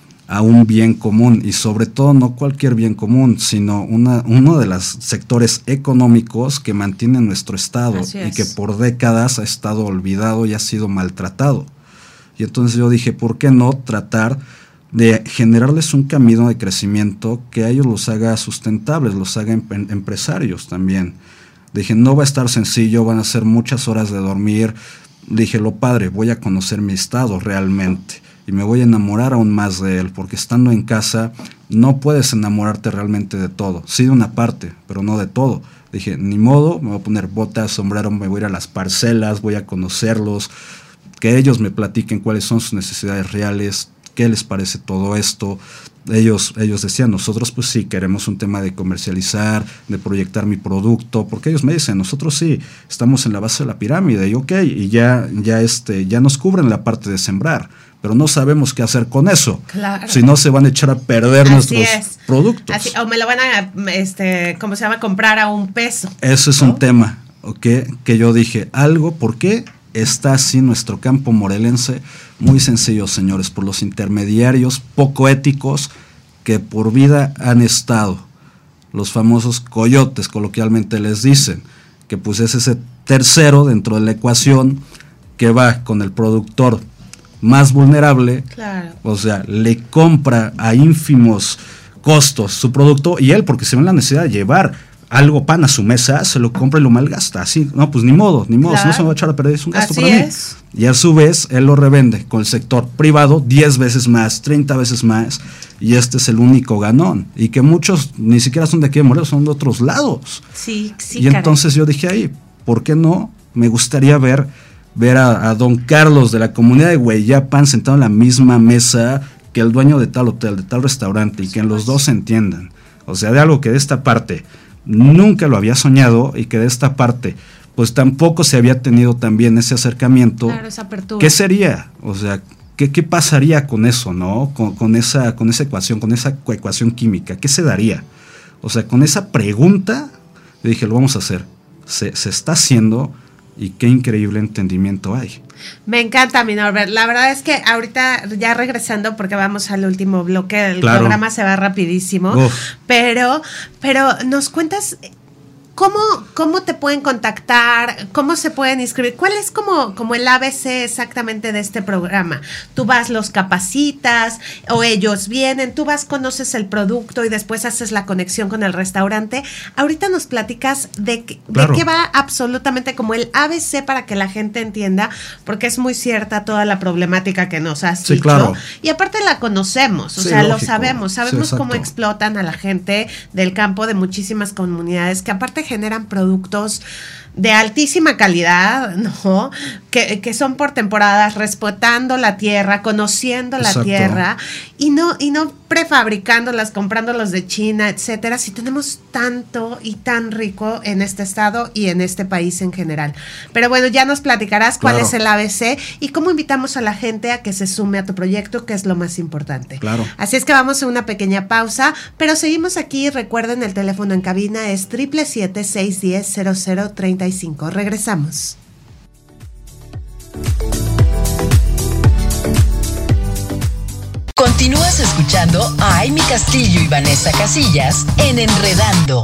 a un bien común, y sobre todo no cualquier bien común, sino una, uno de los sectores económicos que mantiene nuestro estado y que por décadas ha estado olvidado y ha sido maltratado. Y entonces yo dije, ¿por qué no tratar de generarles un camino de crecimiento que a ellos los haga sustentables, los haga em- empresarios también? Dije, no va a estar sencillo, van a ser muchas horas de dormir. Dije, lo padre, voy a conocer mi estado realmente y me voy a enamorar aún más de él, porque estando en casa no puedes enamorarte realmente de todo, sí de una parte, pero no de todo. Dije, ni modo, me voy a poner botas, sombrero, me voy a ir a las parcelas, voy a conocerlos, que ellos me platiquen cuáles son sus necesidades reales, qué les parece todo esto. Ellos, ellos decían, nosotros pues sí queremos un tema de comercializar, de proyectar mi producto, porque ellos me dicen, nosotros sí estamos en la base de la pirámide, y ok, y ya, ya, este, ya nos cubren la parte de sembrar, pero no sabemos qué hacer con eso. Claro. Si no, se van a echar a perder Así nuestros es. productos. Así, o me lo van a, este, ¿cómo se llama? Comprar a un peso. Ese es, ¿no?, un tema, okay, que yo dije, algo, ¿por qué está así nuestro campo morelense? Muy sencillo, señores, por los intermediarios poco éticos que por vida han estado, los famosos coyotes, coloquialmente les dicen, que pues es ese tercero dentro de la ecuación que va con el productor más vulnerable, claro, o sea, le compra a ínfimos costos su producto, y él, porque se ve en la necesidad de llevar algo, pan a su mesa, se lo compra y lo malgasta, así, no, pues ni modo, ni modo, claro, si no se me va a echar a perder, es un gasto así para mí. Es. Y a su vez, él lo revende con el sector privado diez veces más, treinta veces más, y este es el único ganón, y que muchos ni siquiera son de aquí de Morelos, son de otros lados. Sí, sí. Y caray, entonces yo dije, ahí, ¿por qué no? Me gustaría ver, ver a, a don Carlos de la comunidad de Hueyapan sentado en la misma mesa que el dueño de tal hotel, de tal restaurante, y que los dos se entiendan. O sea, de algo que de esta parte nunca lo había soñado, y que de esta parte pues tampoco se había tenido también ese acercamiento. Claro, esa apertura. ¿Qué sería? O sea, ¿qué, qué pasaría con eso, no? Con, con, esa, con esa ecuación, con esa ecuación química, ¿qué se daría? O sea, con esa pregunta, yo dije, lo vamos a hacer. Se, se está haciendo, y qué increíble entendimiento hay. Me encanta, mi Norbert. La verdad es que ahorita, ya regresando, porque vamos al último bloque, el claro, programa se va rapidísimo, Uf. pero pero nos cuentas cómo, cómo te pueden contactar, cómo se pueden inscribir, cuál es como, como el A B C exactamente de este programa. Tú vas, los capacitas, o ellos vienen, tú vas, conoces el producto y después haces la conexión con el restaurante. Ahorita nos platicas de, claro, de qué va absolutamente como el A B C para que la gente entienda, porque es muy cierta toda la problemática que nos has sí, dicho. Claro. Y aparte la conocemos, o sí, sea, lógico, lo sabemos, sabemos sí, cómo explotan a la gente del campo de muchísimas comunidades que aparte generan productos de altísima calidad, ¿no? Que que, que son por temporadas, respetando la tierra, conociendo la Exacto. tierra y no, y no prefabricándolas, comprándolos de China, etcétera, si tenemos tanto y tan rico en este estado y en este país en general. Pero bueno, ya nos platicarás cuál Claro. es el A B C y cómo invitamos a la gente a que se sume a tu proyecto, que es lo más importante. Claro. Así es que vamos a una pequeña pausa, pero seguimos aquí. Recuerden, el teléfono en cabina es siete siete siete, seis uno cero, cero cero tres cinco. Regresamos. Continúas escuchando a Amy Castillo y Vanessa Casillas en Enredando.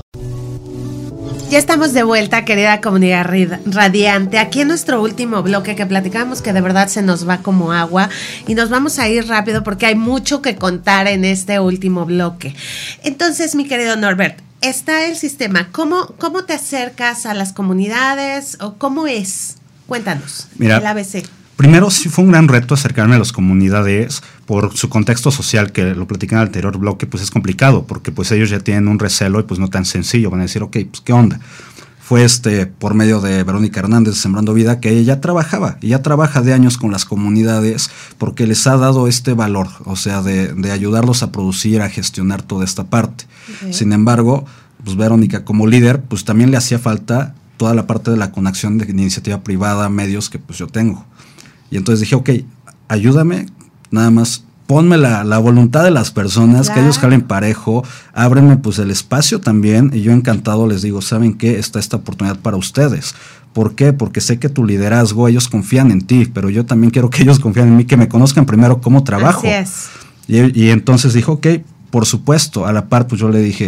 Ya estamos de vuelta, querida comunidad radiante, aquí en nuestro último bloque que platicamos, que de verdad se nos va como agua y nos vamos a ir rápido porque hay mucho que contar en este último bloque. Entonces, mi querido Norbert, está el sistema. ¿Cómo, cómo te acercas a las comunidades o cómo es? Cuéntanos. Mira, el A B C. Primero sí fue un gran reto acercarme a las comunidades por su contexto social, que lo platicé en el anterior bloque, pues es complicado, porque pues ellos ya tienen un recelo y pues no tan sencillo, van a decir, ok, pues qué onda. Fue este por medio de Verónica Hernández de Sembrando Vida, que ella trabaja, y ya trabaja de años con las comunidades, porque les ha dado este valor, o sea, de, de ayudarlos a producir, a gestionar toda esta parte. Okay. Sin embargo, pues Verónica como líder, pues también le hacía falta toda la parte de la conexión de iniciativa privada, medios que pues yo tengo. Y entonces dije, ok, ayúdame, nada más ponme la, la voluntad de las personas, claro. que ellos jalen parejo, ábreme pues el espacio también, y yo encantado les digo, ¿saben qué? Está esta oportunidad para ustedes. ¿Por qué? Porque sé que tu liderazgo, ellos confían en ti, pero yo también quiero que ellos confíen en mí, que me conozcan primero cómo trabajo. Así es. Y, y entonces dijo, ok, por supuesto, a la par pues yo le dije,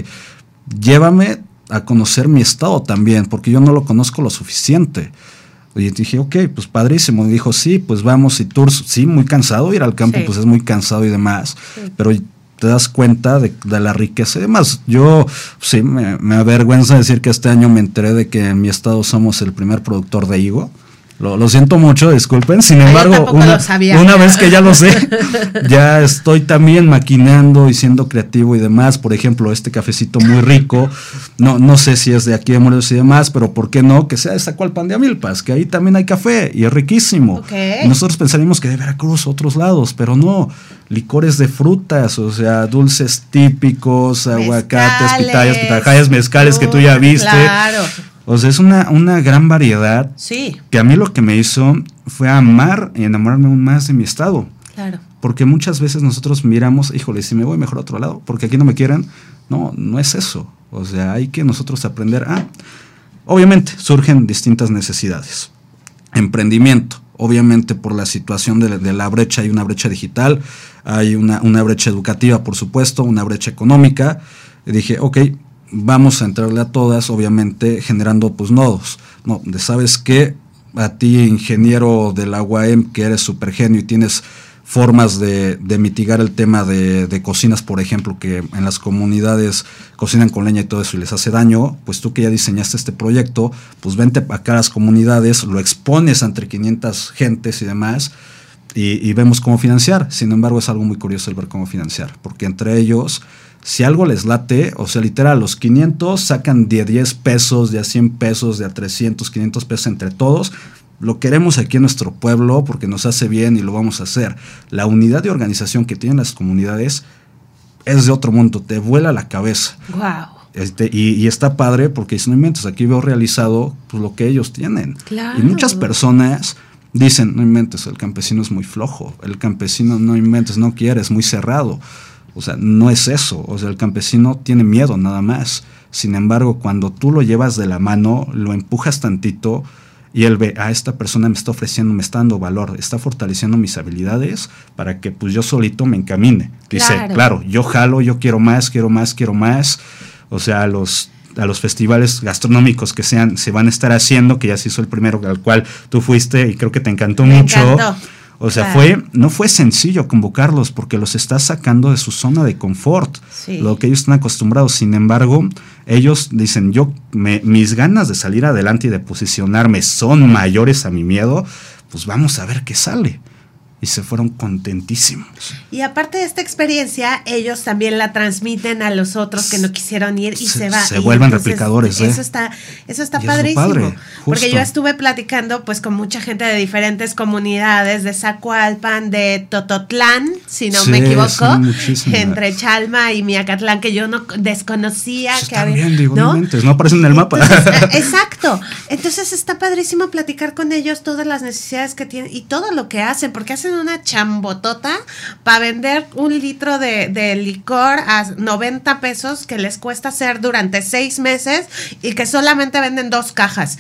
llévame a conocer mi estado también, porque yo no lo conozco lo suficiente. Y dije, ok, pues padrísimo. Y dijo, sí, pues vamos, y tours, sí, muy cansado, ir al campo, sí. pues es muy cansado y demás, sí. pero te das cuenta de, de la riqueza y demás. Yo, sí, me, me avergüenza decir que este año me enteré de que en mi estado somos el primer productor de higo. Lo, lo siento mucho, disculpen. Sin embargo, una, una vez que ya lo sé, ya estoy también maquinando y siendo creativo y demás. Por ejemplo, este cafecito muy rico, no, no sé si es de aquí de Morelos y demás, pero ¿por qué no? Que sea de Zacualpan de Amilpas, que ahí también hay café y es riquísimo. Okay. Y nosotros pensaríamos que de Veracruz, otros lados, pero no. Licores de frutas, o sea, dulces típicos, mezcales, aguacates, pitayas, pitahayas, mezcales uh, que tú ya viste. Claro. O sea, es una, una gran variedad, sí. que a mí lo que me hizo fue amar y enamorarme aún más de mi estado. Claro. Porque muchas veces nosotros miramos, híjole, si me voy mejor a otro lado, porque aquí no me quieren. No, no es eso. O sea, hay que nosotros aprender a... Obviamente, surgen distintas necesidades. Emprendimiento. Obviamente, por la situación de, de la brecha, hay una brecha digital, hay una, una brecha educativa, por supuesto, una brecha económica. Y dije, ok, vamos a entrarle a todas, obviamente generando pues nodos, no, de sabes que a ti ingeniero de la U A M que eres súper genio y tienes formas de, de mitigar el tema de, de cocinas, por ejemplo, que en las comunidades cocinan con leña y todo eso y les hace daño, pues tú que ya diseñaste este proyecto, pues vente acá a las comunidades, lo expones entre quinientas gentes y demás, y, y vemos cómo financiar. Sin embargo, es algo muy curioso el ver cómo financiar, porque entre ellos, si algo les late, o sea, literal, los quinientos sacan de a diez pesos, de a cien pesos, de a trescientos, quinientos pesos entre todos. Lo queremos aquí en nuestro pueblo porque nos hace bien y lo vamos a hacer. La unidad de organización que tienen las comunidades es de otro mundo, te vuela la cabeza. Wow. Este, y, y está padre porque si no inventes, aquí veo realizado pues, lo que ellos tienen. Claro. Y muchas personas dicen, no inventes, el campesino es muy flojo, el campesino no inventes, no quiere, es muy cerrado. O sea, no es eso, o sea, el campesino tiene miedo nada más. Sin embargo, cuando tú lo llevas de la mano, lo empujas tantito y él ve, a ah, esta persona me está ofreciendo, me está dando valor, está fortaleciendo mis habilidades para que pues yo solito me encamine. Dice, claro, claro yo jalo, yo quiero más, quiero más, quiero más. O sea, a los, a los festivales gastronómicos que sean, se van a estar haciendo, que ya se hizo el primero al cual tú fuiste y creo que te encantó me mucho. Encantó. O sea, claro. fue no fue sencillo convocarlos porque los estás sacando de su zona de confort, sí. lo que ellos están acostumbrados. Sin embargo, ellos dicen, yo me, mis ganas de salir adelante y de posicionarme son mayores a mi miedo, pues vamos a ver qué sale. y se fueron contentísimos. Y aparte de esta experiencia, ellos también la transmiten a los otros que no quisieron ir y se, se va. Se y vuelven entonces, replicadores. ¿eh? Eso está, eso está y padrísimo. Es padre, porque yo estuve platicando pues con mucha gente de diferentes comunidades, de Zacualpan, de Tototlán, si no sí, me equivoco, entre Chalma y Miacatlán, que yo no desconocía pues que había. Bien, digo, ¿no? no, no aparecen en el mapa. Entonces, exacto. Entonces está padrísimo platicar con ellos todas las necesidades que tienen y todo lo que hacen, porque hacen una chambotota para vender un litro de, de licor a noventa pesos que les cuesta hacer durante seis meses y que solamente venden dos cajas.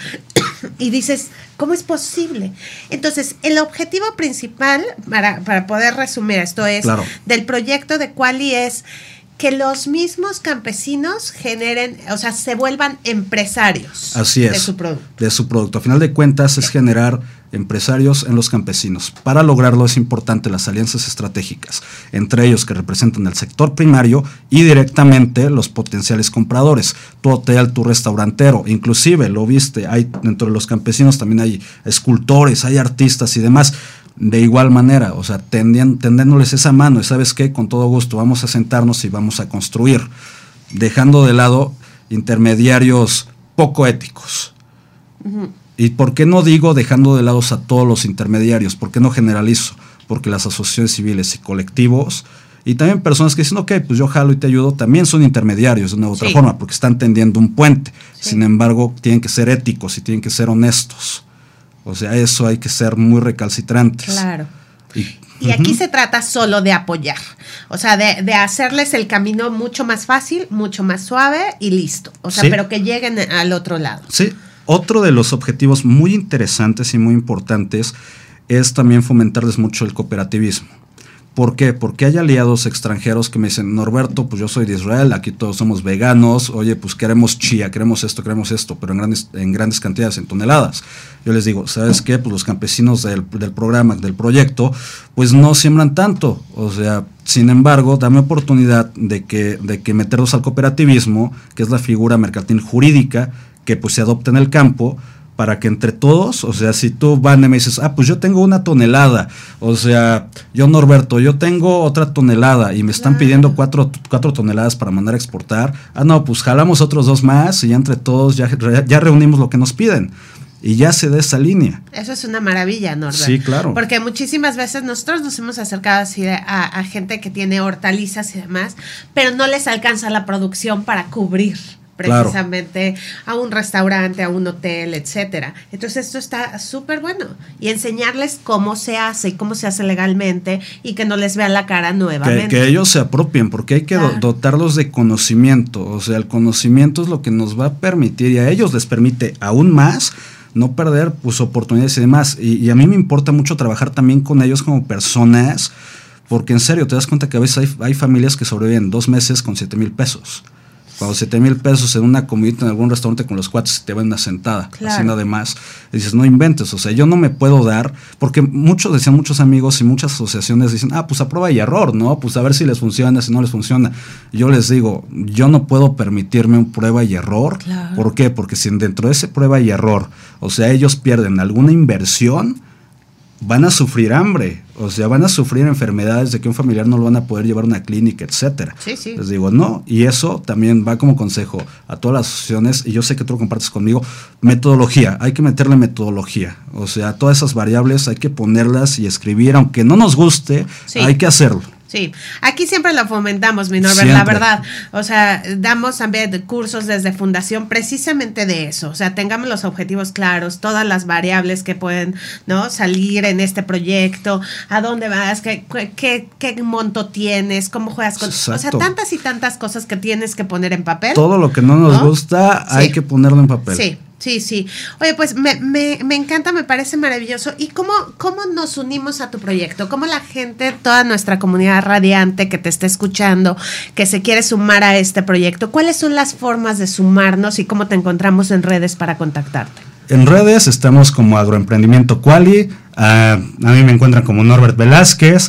Y dices, ¿cómo es posible? Entonces, el objetivo principal, para, para poder resumir esto, es claro. del proyecto de Quali es que los mismos campesinos generen, o sea, se vuelvan empresarios. Así es, de su producto. De su producto. A final de cuentas es generar empresarios en los campesinos. Para lograrlo es importante las alianzas estratégicas, entre ellos que representan el sector primario y directamente los potenciales compradores, tu hotel, tu restaurantero, inclusive lo viste, hay dentro de los campesinos también hay escultores, hay artistas y demás. De igual manera, o sea, tendiendo, tendiéndoles esa mano, y ¿sabes qué? Con todo gusto vamos a sentarnos y vamos a construir, dejando de lado intermediarios poco éticos. Uh-huh. ¿Y por qué no digo dejando de lado a todos los intermediarios? ¿Por qué no generalizo? Porque las asociaciones civiles y colectivos, y también personas que dicen, ok, pues yo jalo y te ayudo, también son intermediarios de una u otra sí. forma, porque están tendiendo un puente. Sí. Sin embargo, tienen que ser éticos y tienen que ser honestos. O sea, eso hay que ser muy recalcitrantes. Claro. Y, y uh-huh. aquí se trata solo de apoyar. O sea, de, de hacerles el camino mucho más fácil, mucho más suave y listo. O sea, sí. pero que lleguen al otro lado. Sí. Otro de los objetivos muy interesantes y muy importantes es también fomentarles mucho el cooperativismo. ¿Por qué? Porque hay aliados extranjeros que me dicen, Norberto, pues yo soy de Israel, aquí todos somos veganos, oye, pues queremos chía, queremos esto, queremos esto, pero en grandes, en grandes cantidades, en toneladas. Yo les digo, ¿sabes qué? Pues los campesinos del, del programa, del proyecto, pues no siembran tanto. O sea, sin embargo, dame oportunidad de que, de que meterlos al cooperativismo, que es la figura mercantil jurídica que pues se adopta en el campo, para que entre todos, o sea, si tú van y me dices, ah, pues yo tengo una tonelada, o sea, yo Norberto, yo tengo otra tonelada y me están claro. pidiendo cuatro, cuatro toneladas para mandar a exportar, ah, no, pues jalamos otros dos más y ya entre todos ya, ya reunimos lo que nos piden. Y ya se da esa línea. Eso es una maravilla, Norbert. Sí, claro. Porque muchísimas veces nosotros nos hemos acercado así a, a gente que tiene hortalizas y demás, pero no les alcanza la producción para cubrir precisamente claro. a un restaurante, a un hotel, etcétera. Entonces esto está súper bueno. Y enseñarles cómo se hace y cómo se hace legalmente y que no les vean la cara nuevamente. Que, que ellos se apropien, porque hay que claro. dotarlos de conocimiento. O sea, el conocimiento es lo que nos va a permitir y a ellos les permite aún más no perder pues oportunidades y demás. Y, y a mí me importa mucho trabajar también con ellos como personas, porque en serio te das cuenta que a veces hay, hay familias que sobreviven dos meses con siete mil pesos. Cuando siete mil pesos en una comidita en algún restaurante con los cuates te van una sentada, claro. haciendo además, dices, no inventes, o sea, yo no me puedo dar, porque muchos decían, muchos amigos y muchas asociaciones dicen, ah, pues a prueba y error, ¿no? Pues a ver si les funciona, si no les funciona. Yo les digo, yo no puedo permitirme un prueba y error. Claro. ¿Por qué? Porque si dentro de ese prueba y error, o sea, ellos pierden alguna inversión, van a sufrir hambre, o sea, van a sufrir enfermedades de que un familiar no lo van a poder llevar a una clínica, etcétera. Sí, sí. Les digo, no, y eso también va como consejo a todas las asociaciones, y yo sé que tú lo compartes conmigo, metodología, hay que meterle metodología, o sea, todas esas variables hay que ponerlas y escribir, aunque no nos guste, sí. hay que hacerlo. Sí, aquí siempre lo fomentamos, mi Norbert, la verdad. O sea, damos también cursos desde Fundación precisamente de eso. O sea, tengamos los objetivos claros, todas las variables que pueden, ¿no?, salir en este proyecto, a dónde vas, qué, qué, qué monto tienes, cómo juegas con... Exacto. O sea, tantas y tantas cosas que tienes que poner en papel. Todo lo que no nos ¿no? gusta hay sí. que ponerlo en papel. Sí. Sí, sí. Oye, pues me, me, me encanta, me parece maravilloso. ¿Y cómo, cómo nos unimos a tu proyecto? ¿Cómo la gente, toda nuestra comunidad radiante que te está escuchando, que se quiere sumar a este proyecto, cuáles son las formas de sumarnos y cómo te encontramos en redes para contactarte? En redes estamos como Agroemprendimiento Quali, uh, a mí me encuentran como Norbert Velázquez.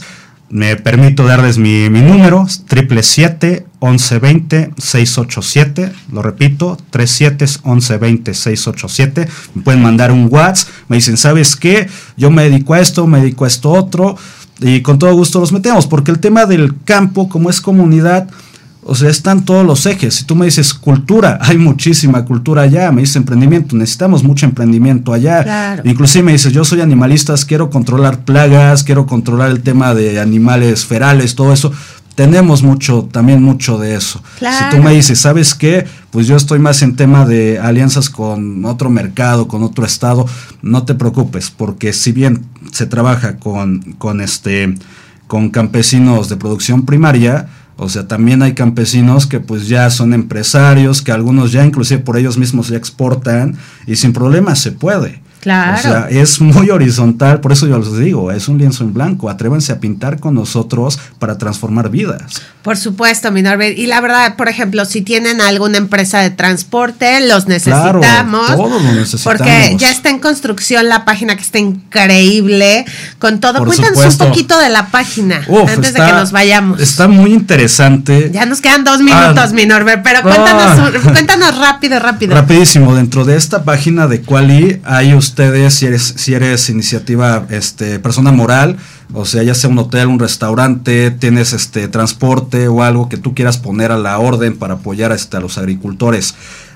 me permito darles mi, mi número, siete siete siete, once veinte, seiscientos ochenta y siete, lo repito, treinta y siete, once veinte, seiscientos ochenta y siete, me pueden mandar un WhatsApp, me dicen, ¿sabes qué? Yo me dedico a esto, me dedico a esto otro, y con todo gusto los metemos, porque el tema del campo, como es comunidad, o sea, están todos los ejes. Si tú me dices cultura, hay muchísima cultura allá. Me dices emprendimiento, necesitamos mucho emprendimiento allá. Claro. Inclusive me dices, yo soy animalista, quiero controlar plagas, quiero controlar el tema de animales ferales, todo eso. Tenemos mucho, también mucho de eso. Claro. Si tú me dices, ¿sabes qué? Pues yo estoy más en tema de alianzas con otro mercado, con otro estado. No te preocupes, porque si bien se trabaja con, con este, con campesinos de producción primaria, o sea, también hay campesinos que pues ya son empresarios, que algunos ya inclusive por ellos mismos ya exportan y sin problema se puede. Claro. O sea, es muy horizontal, por eso yo les digo, es un lienzo en blanco, atrévanse a pintar con nosotros para transformar vidas. Por supuesto, mi Norbert. Y la verdad, por ejemplo, si tienen alguna empresa de transporte, los necesitamos. Claro, todos los necesitamos. Porque ya está en construcción la página, que está increíble, con todo. Por Cuéntanos supuesto. un poquito de la página, Uf, antes está, de que nos vayamos. Está muy interesante. Ya nos quedan dos minutos, ah, mi Norbert, pero cuéntanos, ah, cuéntanos rápido, rápido. Rapidísimo, dentro de esta página de Quali hay ustedes, si eres, si eres iniciativa, este, persona moral, o sea, ya sea un hotel, un restaurante, tienes este transporte o algo que tú quieras poner a la orden para apoyar este, a los agricultores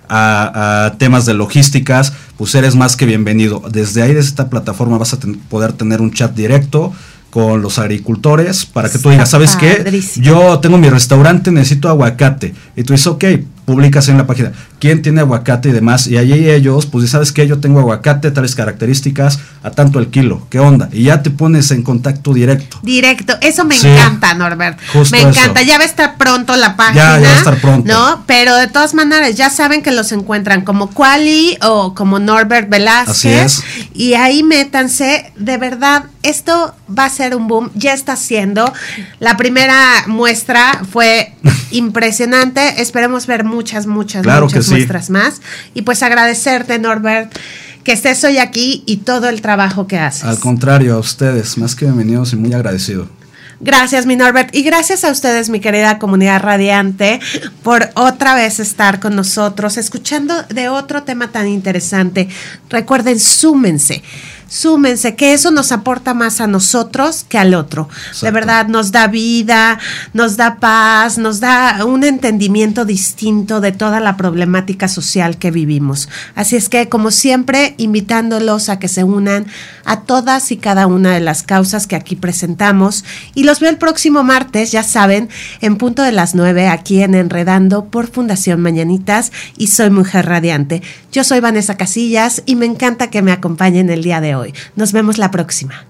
a, a temas de logísticas, pues eres más que bienvenido. Desde ahí, desde esta plataforma, vas a ten, poder tener un chat directo con los agricultores para que tú digas, ¿sabes qué? Yo tengo mi restaurante, necesito aguacate. Y tú dices, ok, publicas en la página, ¿quién tiene aguacate y demás? Y allí ellos, pues ¿sabes qué? Yo tengo aguacate, tales características, a tanto el kilo, ¿qué onda? Y ya te pones en contacto directo. Directo, eso me sí, encanta, Norbert. Me encanta, eso. Ya va a estar pronto la página. Ya, ya va a estar pronto. ¿No? Pero de todas maneras, ya saben que los encuentran como Quali o como Norbert Velázquez. Así es. Y ahí métanse, de verdad, esto va a ser un boom, ya está siendo. La primera muestra fue impresionante, esperemos ver muchas, muchas, claro muchas sí. muestras más. Y pues agradecerte, Norbert, que estés hoy aquí y todo el trabajo que haces. Al contrario, a ustedes, más que bienvenidos y muy agradecido. Gracias, mi Norbert, y gracias a ustedes, mi querida comunidad radiante, por otra vez estar con nosotros, escuchando de otro tema tan interesante. Recuerden, súmense. Súmense, que eso nos aporta más a nosotros que al otro. Exacto. De verdad, nos da vida, nos da paz, nos da un entendimiento distinto de toda la problemática social que vivimos. Así es que, como siempre, invitándolos a que se unan a todas y cada una de las causas que aquí presentamos. Y los veo el próximo martes, ya saben, en punto de las nueve, aquí en Enredando por Fundación Mañanitas, y soy Mujer Radiante. Yo soy Vanessa Casillas y me encanta que me acompañen el día de hoy. Nos vemos la próxima.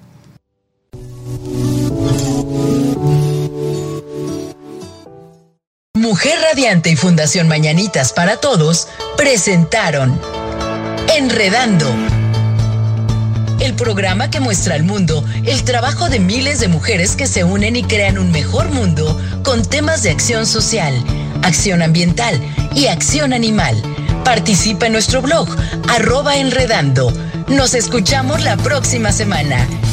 Mujer Radiante y Fundación Mañanitas para Todos presentaron Enredando, el programa que muestra al mundo el trabajo de miles de mujeres que se unen y crean un mejor mundo con temas de acción social, acción ambiental y acción animal. Participa en nuestro blog, arroba Enredando. Nos escuchamos la próxima semana.